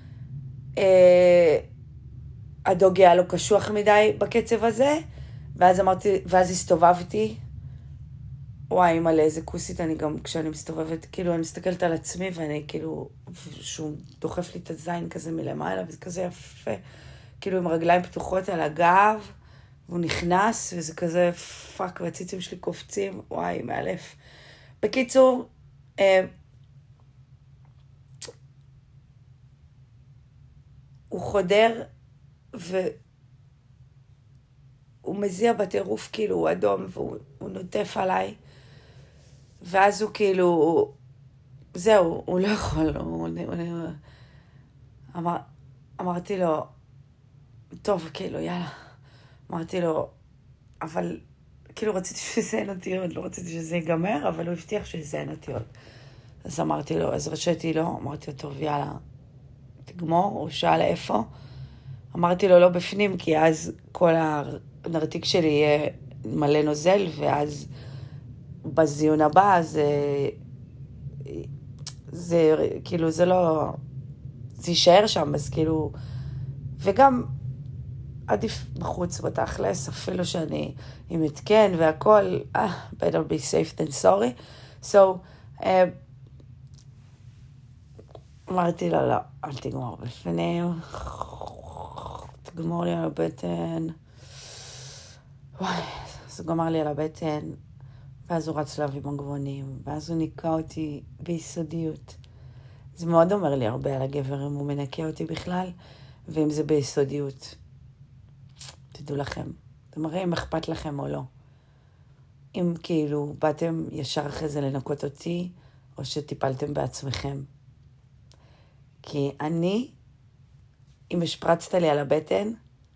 A: הדוגי היה לו קשוח מדי בקצב הזה, ואז הסתובבתי, וואי, אמא לאיזה כוסית, אני גם כשאני מסתובבת, כאילו אני מסתכלת על עצמי, ואני כאילו, שהוא דוחף לי את הזין כזה מלמעלה, וזה כזה יפה, כאילו עם רגליים פתוחות על הגב, והוא נכנס, וזה כזה פאק, והציצים שלי קופצים, וואי, מאלף. בקיצור, הוא חודר, והוא מזיע בטירוף, כאילו הוא אדום, והוא נוטף עליי, ואז הוא כאילו, זהו, הוא לא יכול, אמרתי לו, טוב, כאילו, יאללה, אמרתי לו, אבל כאילו רציתי שזה אותי עוד, לא רציתי שזה ייגמר, אבל הוא הבטיח שזה אותי עוד. אז אמרתי לו, אז רשיתי לו, אמרתי לו, טוב, יאללה, תגמור, הוא שאל איפה, אמרתי לו, לא בפנים, כי אז כל הנרתיק שלי יהיה מלא נוזל, ואז בזיון הבא זה כאילו, זה לא, זה יישאר שם, אז כאילו, וגם עדיף בחוץ בתכלס, אפילו שאני עם התקן והכל, better be safe than sorry. So, אמרתי לה, לא, אל תגמור בפנים, תגמור לי על הבטן. וואי, אז הוא גמר לי על הבטן, ואז הוא רץ להביא מגבונים, ואז הוא ניקה אותי ביסודיות. זה מאוד אומר לי הרבה על הגבר, אם הוא מנקה אותי בכלל, ואם זה ביסודיות. תדעו לכם, זה מראה אם אכפת לכם או לא. אם כאילו באתם ישר אחרי זה לנקות אותי, או שטיפלתם בעצמכם. כי אני, אם השפרצת לי על הבטן,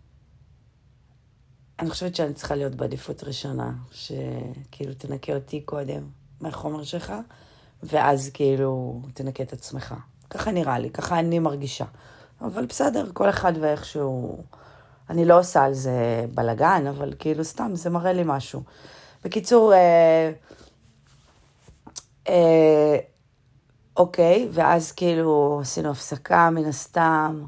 A: אני חושבת שאני צריכה להיות בעדיפות ראשונה, שכאילו תנקה אותי קודם מהחומר שלך, ואז כאילו תנקה את עצמך. ככה נראה לי, ככה אני מרגישה. אבל בסדר, כל אחד ואיכשהו, אני לא עושה על זה בלגן, אבל כאילו סתם, זה מראה לי משהו. בקיצור, אוקיי, ואז כאילו עשינו הפסקה מן הסתם,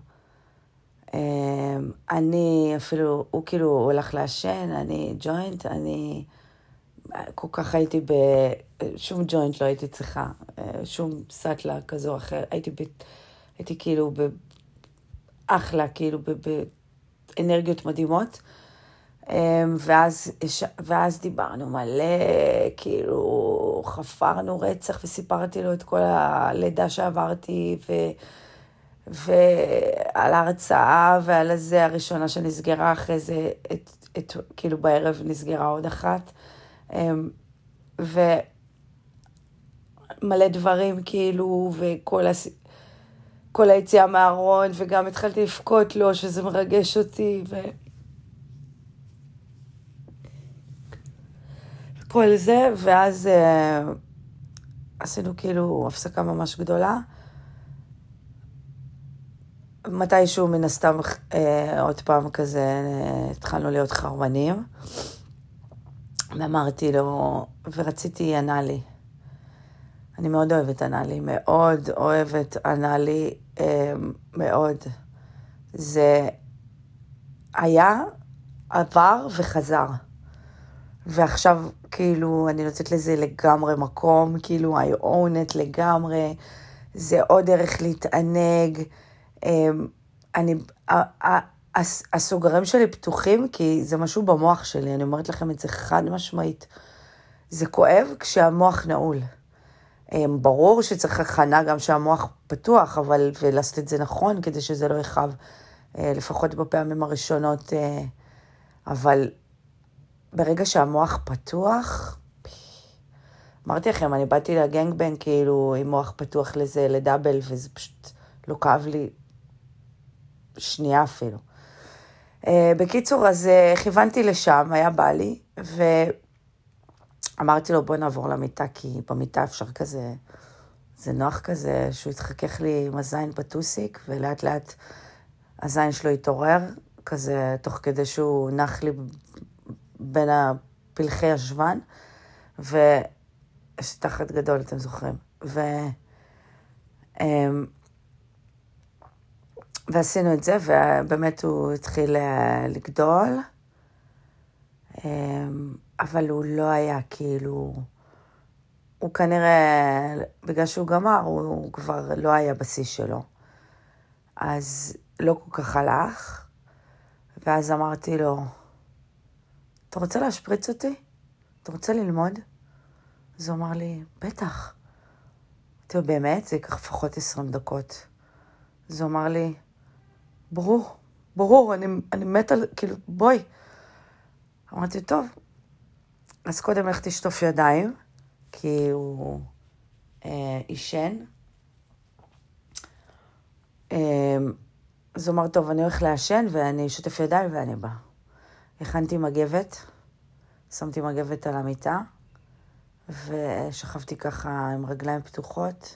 A: אני אפילו, הוא כאילו הולך לעשן, אני ג'וינט, אני כל כך הייתי שום ג'וינט לא הייתי צריכה, שום סטלה כזו או אחר, הייתי כאילו אחלה, כאילו באנרגיות מדהימות, ואז דיברנו מלא, כאילו חפרנו רצח וסיפרתי לו את כל הלידה שעברתי ועל ההרצאה ועל הזה הראשונה שנסגרה אחרי זה, כאילו בערב נסגרה עוד אחת, ומלא דברים כאילו, כל היציאה מהארון, וגם התחלתי לפקות לו שזה מרגש אותי, כל זה, ואז עשינו כאילו הפסקה ממש גדולה. מתישהו מן הסתם עוד פעם כזה התחלנו להיות חרמנים. ואמרתי לו, ורציתי אנלי. אני מאוד אוהבת אנלי, מאוד אוהבת אנלי, מאוד. זה היה, עבר וחזר. ועכשיו כאילו אני נותנת לזה לגמרי מקום, כאילו I own it לגמרי, זה עוד דרך להתענג, הסוגרים שלי פתוחים כי זה משהו במוח שלי, אני אומרת לכם את זה חד משמעית, זה כואב כשהמוח נעול, ברור שצריך הכנה גם שהמוח פתוח, אבל ולעשות את זה נכון כדי שזה לא יחב, לפחות בפעמים הראשונות, אבל ברגע שהמוח פתוח, אמרתי לכם, אני באתי לגנגבנג כאילו עם מוח פתוח לזה, לדאבל, וזה פשוט לא כאב לי שנייה אפילו. בקיצור, אז כיוונתי לשם, היה בא לי, ואמרתי לו בוא נעבור למיטה, כי במיטה אפשר כזה, זה נוח כזה, שהוא יתחכך לי עם הזין בטוסיק, ולאט לאט הזין שלו יתעורר, כזה תוך כדי שהוא נח לי בין הפלחי השוון, ויש תחת גדול, אתם זוכרים. ועשינו את זה, ובאמת הוא התחיל לגדול, אבל הוא לא היה כאילו, הוא כנראה, בגלל שהוא גמר, הוא כבר לא היה בשיא שלו. אז לא כל כך הלך, ואז אמרתי לו, אתה רוצה להשפריץ אותי? אתה רוצה ללמוד? אז הוא אמר לי, בטח. אמרתי, באמת? זה ייקח לפחות 20 דקות. אז הוא אמר לי, ברור, אני מת על, כאילו, בואי. אמרתי, טוב. אז קודם לך תשטוף ידיים, כי הוא אישן. אז הוא אמר, טוב, אני הולך לעשן, ואני אשטף ידיים ואני בא. הכנתי מגבת, שמתי מגבת על המיטה, ושכבתי ככה עם רגליים פתוחות,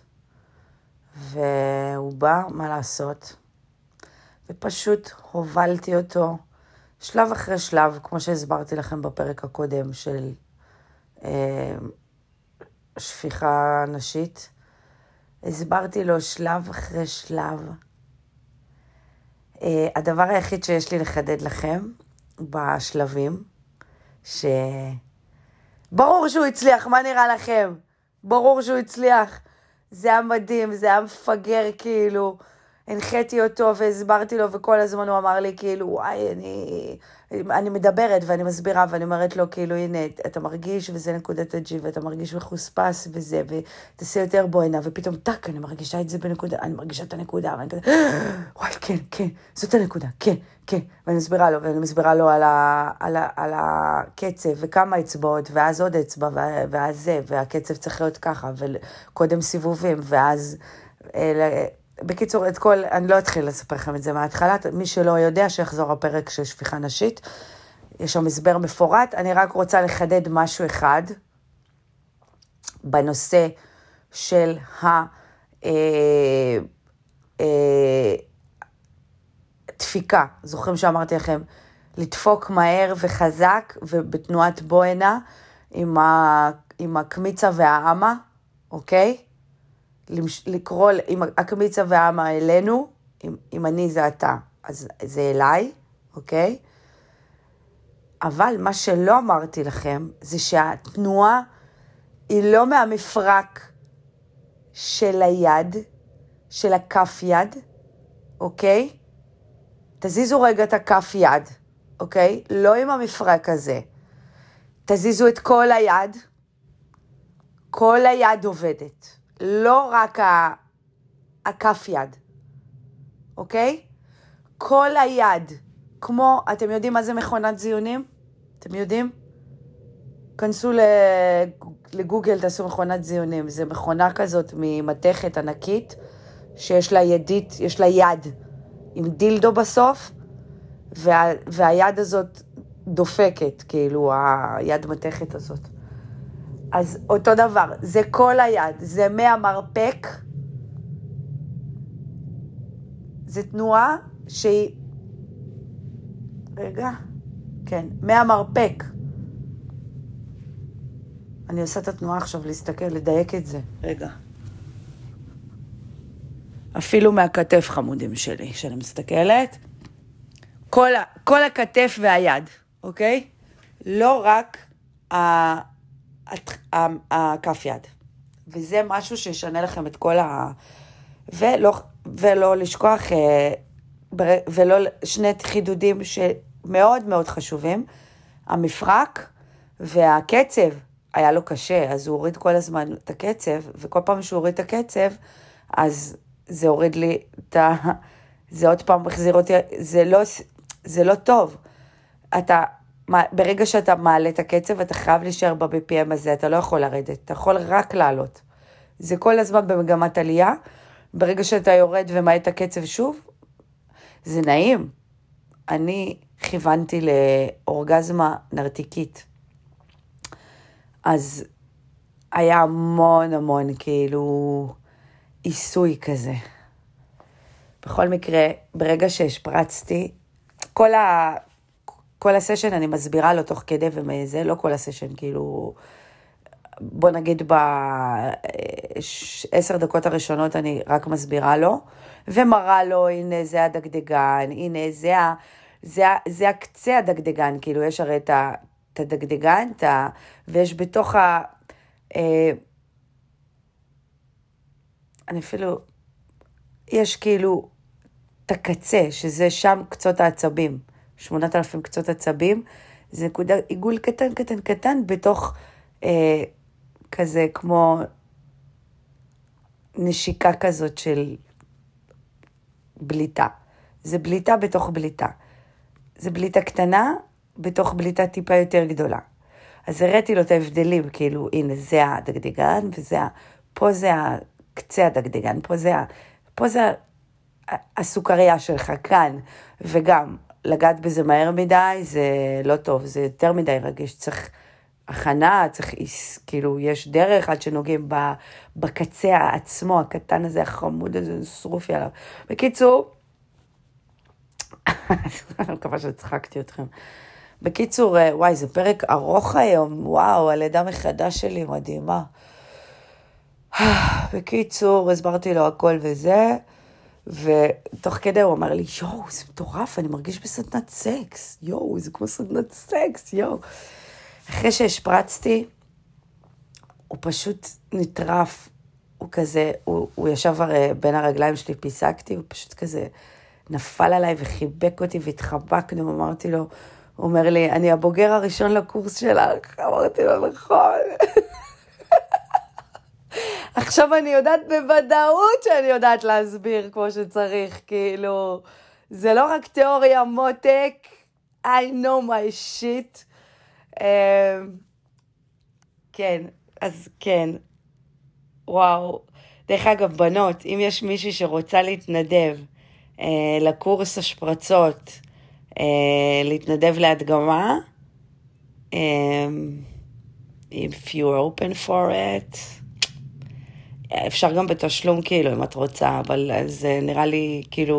A: והוא בא, מה לעשות? ופשוט הובלתי אותו שלב אחרי שלב, כמו שהסברתי לכם בפרק הקודם של שפיכה נשית, הסברתי לו שלב אחרי שלב. הדבר היחיד שיש לי לחדד לכם בשלבים, ברור שהוא הצליח, מה נראה לכם? ברור שהוא הצליח. זה היה מדהים, זה היה מפגר כאילו. הנחיתי אותו והסברתי לו, וכל הזמן הוא אמר לי כאילו, וואי, אני מדברת ואני מסבירה, ואני אומרת לו כאילו, הנה, אתה מרגיש וזה נקודת הג'י, ואתה מרגיש מחוספס וזה, ותעשה יותר בוינה, ופתאום טק, אני מרגישה את זה בנקודה, אני מרגישה את הנקודה, ואני כזה, וואי, כן, כן, זאת הנקודה, כן, כן, ואני מסבירה לו על הקצב, וכמה אצבעות, ואז עוד אצבע, ואז זה, והקצב צריך להיות ככה, וקודם סיבובים, ואז בקיצור, אני לא אתחיל לספר לכם את זה מההתחלה, מי שלא יודע שיחזור הפרק של שפיכה נשית, יש שם הסבר מפורט, אני רק רוצה לחדד משהו אחד, בנושא של הדפיקה, זוכרים שאמרתי לכם, לדפוק מהר וחזק, ובתנועת בוינה, עם הקמיצה והאמה, אוקיי? לקרוא עם הקמיצה והאמה אלינו, אם אני זה אתה, אז זה אליי, אוקיי? אבל מה שלא אמרתי לכם, זה שהתנועה היא לא מהמפרק של היד, של הכף יד, אוקיי? תזיזו רגע את הכף יד, אוקיי? לא עם המפרק הזה. תזיזו את כל היד, כל היד עובדת. לא רק הכף יד, אוקיי? כל היד, כמו, אתם יודעים מה זה מכונת זיונים? אתם יודעים? כנסו לגוגל, תעשו מכונת זיונים. זה מכונה כזאת ממתכת ענקית, שיש לה ידית, יש לה יד עם דילדו בסוף, והיד הזאת דופקת, כאילו היד מתכת הזאת. אז אותו דבר, זה כל היד, זה מהמרפק, זה תנועה שהיא, רגע, כן, מהמרפק. אני עושה את התנועה עכשיו להסתכל, לדייק את זה, רגע. אפילו מהכתף חמודים שלי, שאני מסתכלת, כל הכתף והיד, אוקיי? לא רק הכף יד. וזה משהו שישנה לכם את כל ולא לשכוח, ולא שני חידודים שמאוד מאוד חשובים. המפרק והקצב היה לו קשה, אז הוא הוריד כל הזמן את הקצב, וכל פעם שהוא הוריד את הקצב, אז זה הוריד לי זה עוד פעם מחזיר אותי, זה לא טוב. ברגע שאתה מעלה את הקצב, אתה חייב להישאר ב-BPM הזה, אתה לא יכול לרדת, אתה יכול רק לעלות. זה כל הזמן במגמת עלייה, ברגע שאתה יורד ומעלה את הקצב שוב, זה נעים. אני כיוונתי לאורגזמה נרתיקית, אז היה המון כאילו עיסוי כזה. בכל מקרה, ברגע שהשפרצתי, כל הסשן אני מסבירה לו תוך כדי ומזה, לא כל הסשן, כאילו, בוא נגיד ב10 דקות הראשונות אני רק מסבירה לו, ומראה לו, הנה זה הדגדגן, הנה זה הקצה הדגדגן, כאילו יש הרי את הדגדגן, ויש בתוך אני אפילו, יש כאילו את הקצה, שזה שם קצות העצבים, 8,000 קצות עצבים, זה נקודה, עיגול קטן, בתוך כזה כמו נשיקה כזאת של בליטה. זה בליטה בתוך בליטה. זה בליטה קטנה בתוך בליטה טיפה יותר גדולה. אז הראיתי לו את ההבדלים, כאילו, הנה זה הדגדגן, פה זה הקצה הדגדגן, פה זה הסוכריה שלך כאן, וגם לגעת בזה מהר מדי, זה לא טוב, זה יותר מדי רגיש, צריך הכנה, צריך, כאילו, יש דרך עד שנוגעים בקצה עצמו, הקטן הזה, החמוד הזה, שרופי עליו. בקיצור, אני מקווה שצחקתי אתכם. בקיצור, וואי, זה פרק ארוך היום, וואו, הלידה מחדש שלי מדהימה. בקיצור, הסברתי לו הכל וזה, ותוך כדי הוא אמר לי, יואו, זה מטורף, אני מרגיש בסדנת סקס, יואו, זה כמו סדנת סקס, יואו. אחרי שהשפרצתי, הוא פשוט נטרף, הוא כזה, הוא ישב בין הרגליים שלי, פיסקתי, הוא פשוט כזה נפל עליי וחיבק אותי והתחבקנו, אמרתי לו, הוא אומר לי, אני הבוגר הראשון לקורס שלך, אמרתי לו, נכון. עכשיו אני יודעת בוודאות שאני יודעת להסביר כמו שצריך, כאילו, זה לא רק תיאוריה מותק, I know my shit. כן, אז כן, וואו. דרך אגב, בנות, אם יש מישהי שרוצה להתנדב לקורס השפרצות, להתנדב להדגמה, if you're open for it, אפשר גם בתשלום כאילו, אם את רוצה, אבל זה נראה לי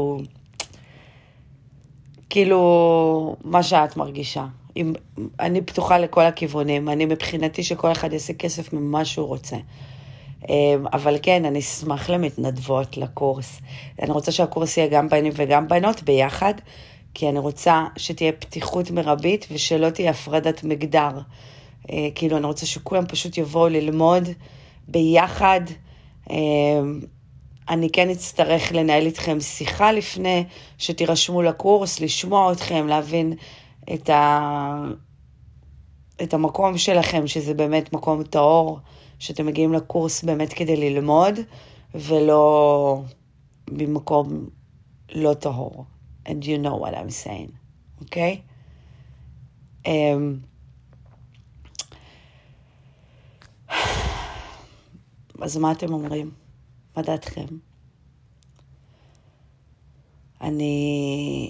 A: כאילו מה שאת מרגישה. אני פתוחה לכל הכיוונים, אני מבחינתי שכל אחד יעשה כסף ממה שהוא רוצה. אבל כן, אני אשמח למתנדבות לקורס. אני רוצה שהקורס יהיה גם בנים וגם בנות ביחד, כי אני רוצה שתהיה פתיחות מרבית ושלא תהיה הפרדת מגדר. כאילו, אני רוצה שכולם פשוט יבואו ללמוד ביחד. אני כן אצטרך לנהל איתכם שיחה לפני שתירשמו לקורס, לשמוע אתכם, להבין את המקום שלכם, שזה באמת מקום טהור, שאתם מגיעים לקורס באמת כדי ללמוד, ולא במקום לא טהור. And you know what I'm saying, okay? אז מה אתם אומרים? מה דעתכם? אני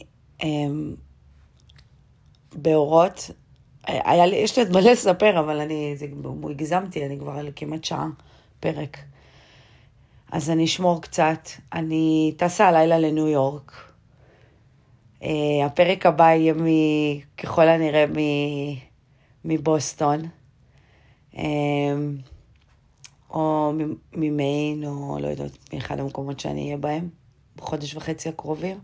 A: באורות, יש לי את מלא לספר, אבל הגזמתי, אני כבר על כמעט שעה פרק. אז אני אשמור קצת. אני טסה הלילה לניו יורק. הפרק הבא יהיה ככל הנראה מבוסטון. או ממיין, או לא יודעת, מאחד המקומות שאני אהיה בהם, בחודש וחצי הקרובים.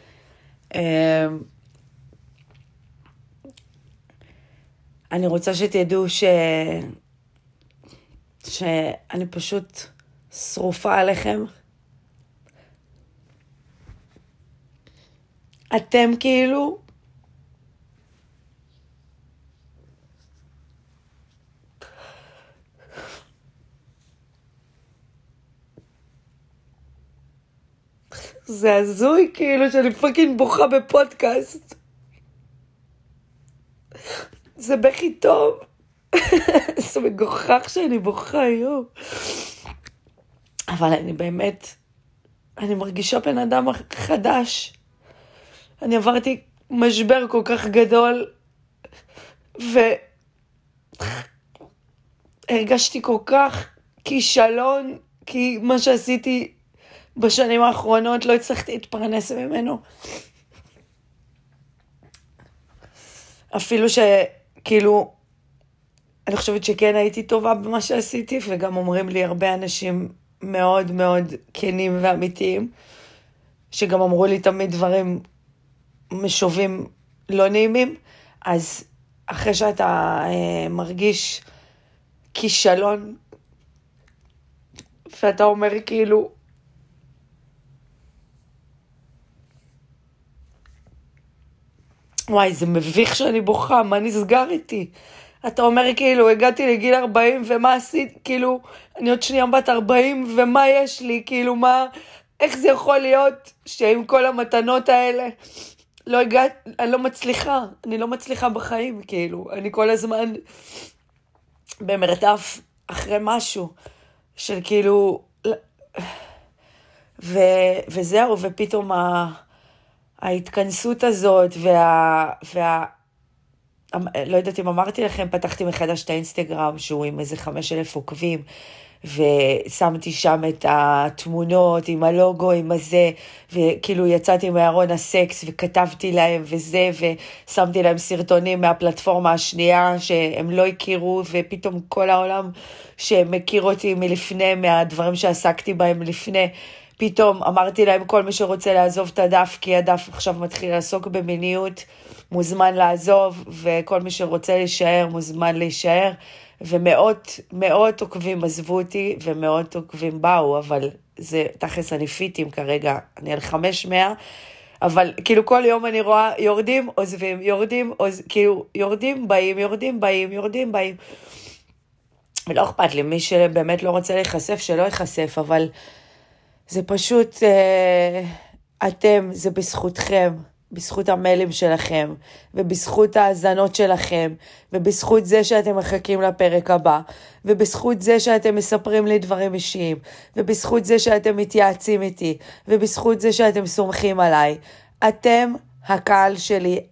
A: אני רוצה שתדעו שאני פשוט שרופה עליכם. אתם כאילו זה הזוי כאילו שאני פאקינג בוכה בפודקאסט. זה בכי טוב. זה מגוחך שאני בוכה, יו. אבל אני באמת, אני מרגישה בן אדם חדש. אני עברתי משבר כל כך גדול, והרגשתי כל כך כישלון, כי מה שעשיתי בשנים האחרונות לא הצלחתי להתפרנס ממנו. אפילו שכאילו, אני חושבת שכן הייתי טובה במה שעשיתי, וגם אומרים לי הרבה אנשים מאוד מאוד כנים ואמיתיים, שגם אמרו לי תמיד דברים משובים לא נעימים. אז אחרי שאתה מרגיש כישלון, ואתה אומר כאילו, וואי, זה מביך שאני בוכה, מה נסגר איתי? אתה אומר כאילו, הגעתי לגיל 40 ומה עשית? כאילו, אני עוד שנייה בת 40 ומה יש לי? כאילו, מה, איך זה יכול להיות שעם כל המתנות האלה לא הגעתי, אני לא מצליחה בחיים, כאילו, אני כל הזמן במרדף אחרי משהו של כאילו, וזהו, ופתאום ההתכנסות הזאת לא יודעת אם אמרתי לכם, פתחתי מחדש את האינסטגרם שהוא עם איזה 5,000 עוקבים, ושמתי שם את התמונות עם הלוגו, עם הזה, וכאילו יצאתי מארון הסקס וכתבתי להם וזה, ושמתי להם סרטונים מהפלטפורמה השנייה שהם לא הכירו, ופתאום כל העולם שמכיר אותי מלפני, מהדברים שעסקתי בהם לפני, פתאום אמרתי להם, כל מי שרוצה לעזוב את הדף, כי הדף עכשיו מתחיל לעסוק במיניות, מוזמן לעזוב, וכל מי שרוצה להישאר, מוזמן להישאר, ומאות עוקבים עזבו אותי, ומאות עוקבים באו, אבל זה תכלס אני פיטים כרגע, אני על 500, אבל כאילו כל יום אני רואה, יורדים, עוזבים, כאילו יורדים, באים, ולא אכפת לי, מי שבאמת לא רוצה להיחשף, שלא ייחשף, אבל זה פשוט, זה בזכותכם, בזכות המיילים שלכם, ובזכות ההאזנות שלכם, ובזכות זה שאתם מחכים לפרק הבא, ובזכות זה שאתם מספרים לי דברים אישיים, ובזכות זה שאתם מתייעצים איתי, ובזכות זה שאתם סומכים עליי. אתם הקהל שלי,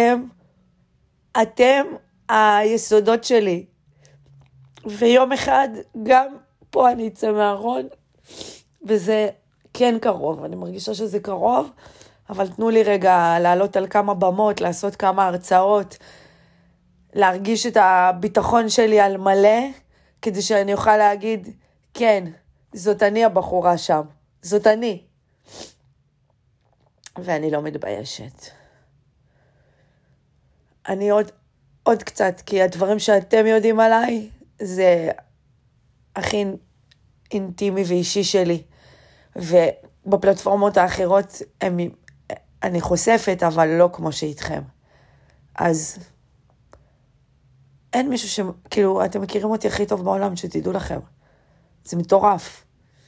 A: אתם היסודות שלי. ויום אחד גם פה אני אצא מהארון, וזה כן קרוב, אני מרגישה שזה קרוב, אבל תנו לי רגע לעלות על כמה במות, לעשות כמה הרצאות, להרגיש את הביטחון שלי על מלא, כדי שאני אוכל להגיד, כן, זאת אני הבחורה שם, זאת אני. ואני לא מתביישת. אני עוד קצת, כי הדברים שאתם יודעים עליי, זה הכי אינטימי ואישי שלי. ובפלטפורמות האחרות אני חושפת, אבל לא כמו שאיתכם. אז אין מישהו כאילו, אתם מכירים אותי הכי טוב בעולם, שתדעו לכם. זה מטורף.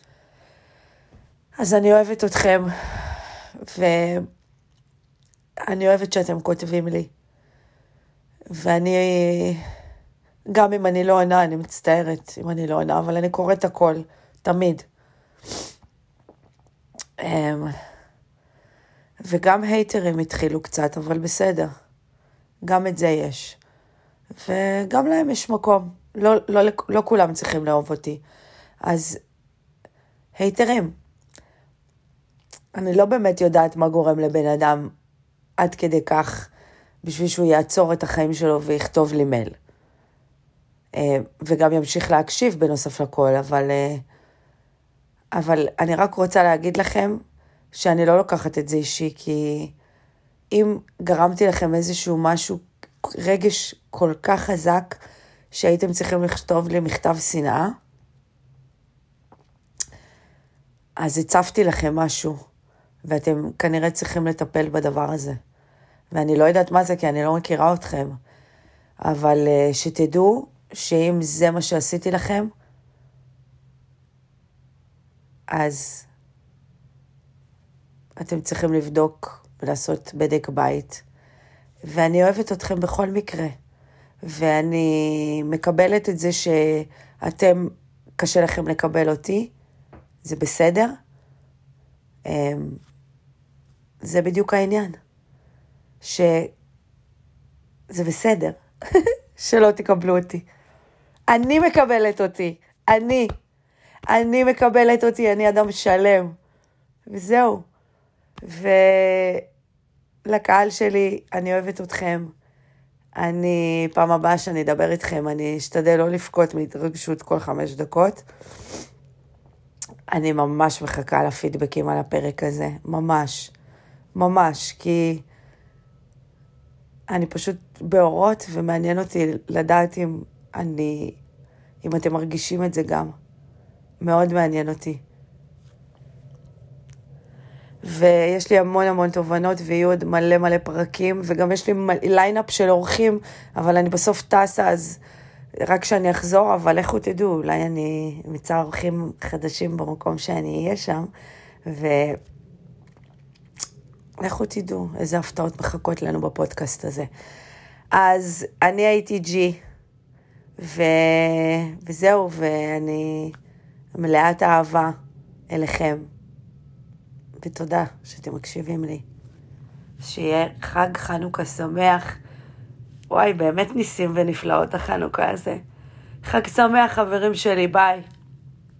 A: אז אני אוהבת אתכם, ואני אוהבת שאתם כותבים לי. ואני, גם אם אני לא עונה, אני מצטערת אם אני לא עונה, אבל אני קוראת הכל, תמיד. וגם הייטרים התחילו קצת, אבל בסדר. גם את זה יש. וגם להם יש מקום. לא כולם צריכים לאהוב אותי. אז הייטרים. אני לא באמת יודעת מה גורם לבן אדם עד כדי כך, בשביל שהוא יעצור את החיים שלו ויכתוב לי מייל. וגם ימשיך להקשיב בנוסף לכל, אבל אני רק רוצה להגיד לכם, שאני לא לוקחת את זה אישי, כי אם גרמתי לכם איזשהו משהו, רגש כל כך חזק, שהייתם צריכים לכתוב לי מכתב שנאה, אז הצפתי לכם משהו, ואתם כנראה צריכים לטפל בדבר הזה. ואני לא יודעת מה זה, כי אני לא מכירה אתכם, אבל שתדעו שאם זה מה שעשיתי לכם, אז אתם צריכים לבדוק ולעשות בדק בית. ואני אוהבת אתכם בכל מקרה. ואני מקבלת את זה שאתם, קשה לכם לקבל אותי. זה בסדר. זה בדיוק העניין. שזה בסדר. שלא תקבלו אותי. אני מקבלת אותי. אני מקבלת אותי. אני אדם שלם. וזהו. ולקהל שלי, אני אוהבת אתכם. אני, פעם הבאה שאני אדבר איתכם, אני אשתדל לא לפקוט מהתרגשות כל 5 דקות. אני ממש מחכה לפידבקים על הפרק הזה. ממש, כי אני פשוט באורות, ומעניין אותי לדעת אם אתם מרגישים את זה גם. מאוד מעניין אותי. ויש לי המון תובנות, ויהיו עוד מלא פרקים, וגם יש לי ליינאפ של אורחים, אבל אני בסוף טסה, אז רק שאני אחזור, אבל לכו תדעו, אולי אני אמצא אורחים חדשים במקום שאני אהיה שם, לכו תדעו איזה הפתעות מחכות לנו בפודקאסט הזה. אז אני הייתי ג'י, וזהו, ואני מלאת אהבה אליכם. ותודה שאתם מקשיבים לי. שיהיה חג חנוכה שמח. וואי, באמת ניסים ונפלאות החנוכה הזה. חג שמח, חברים שלי, ביי.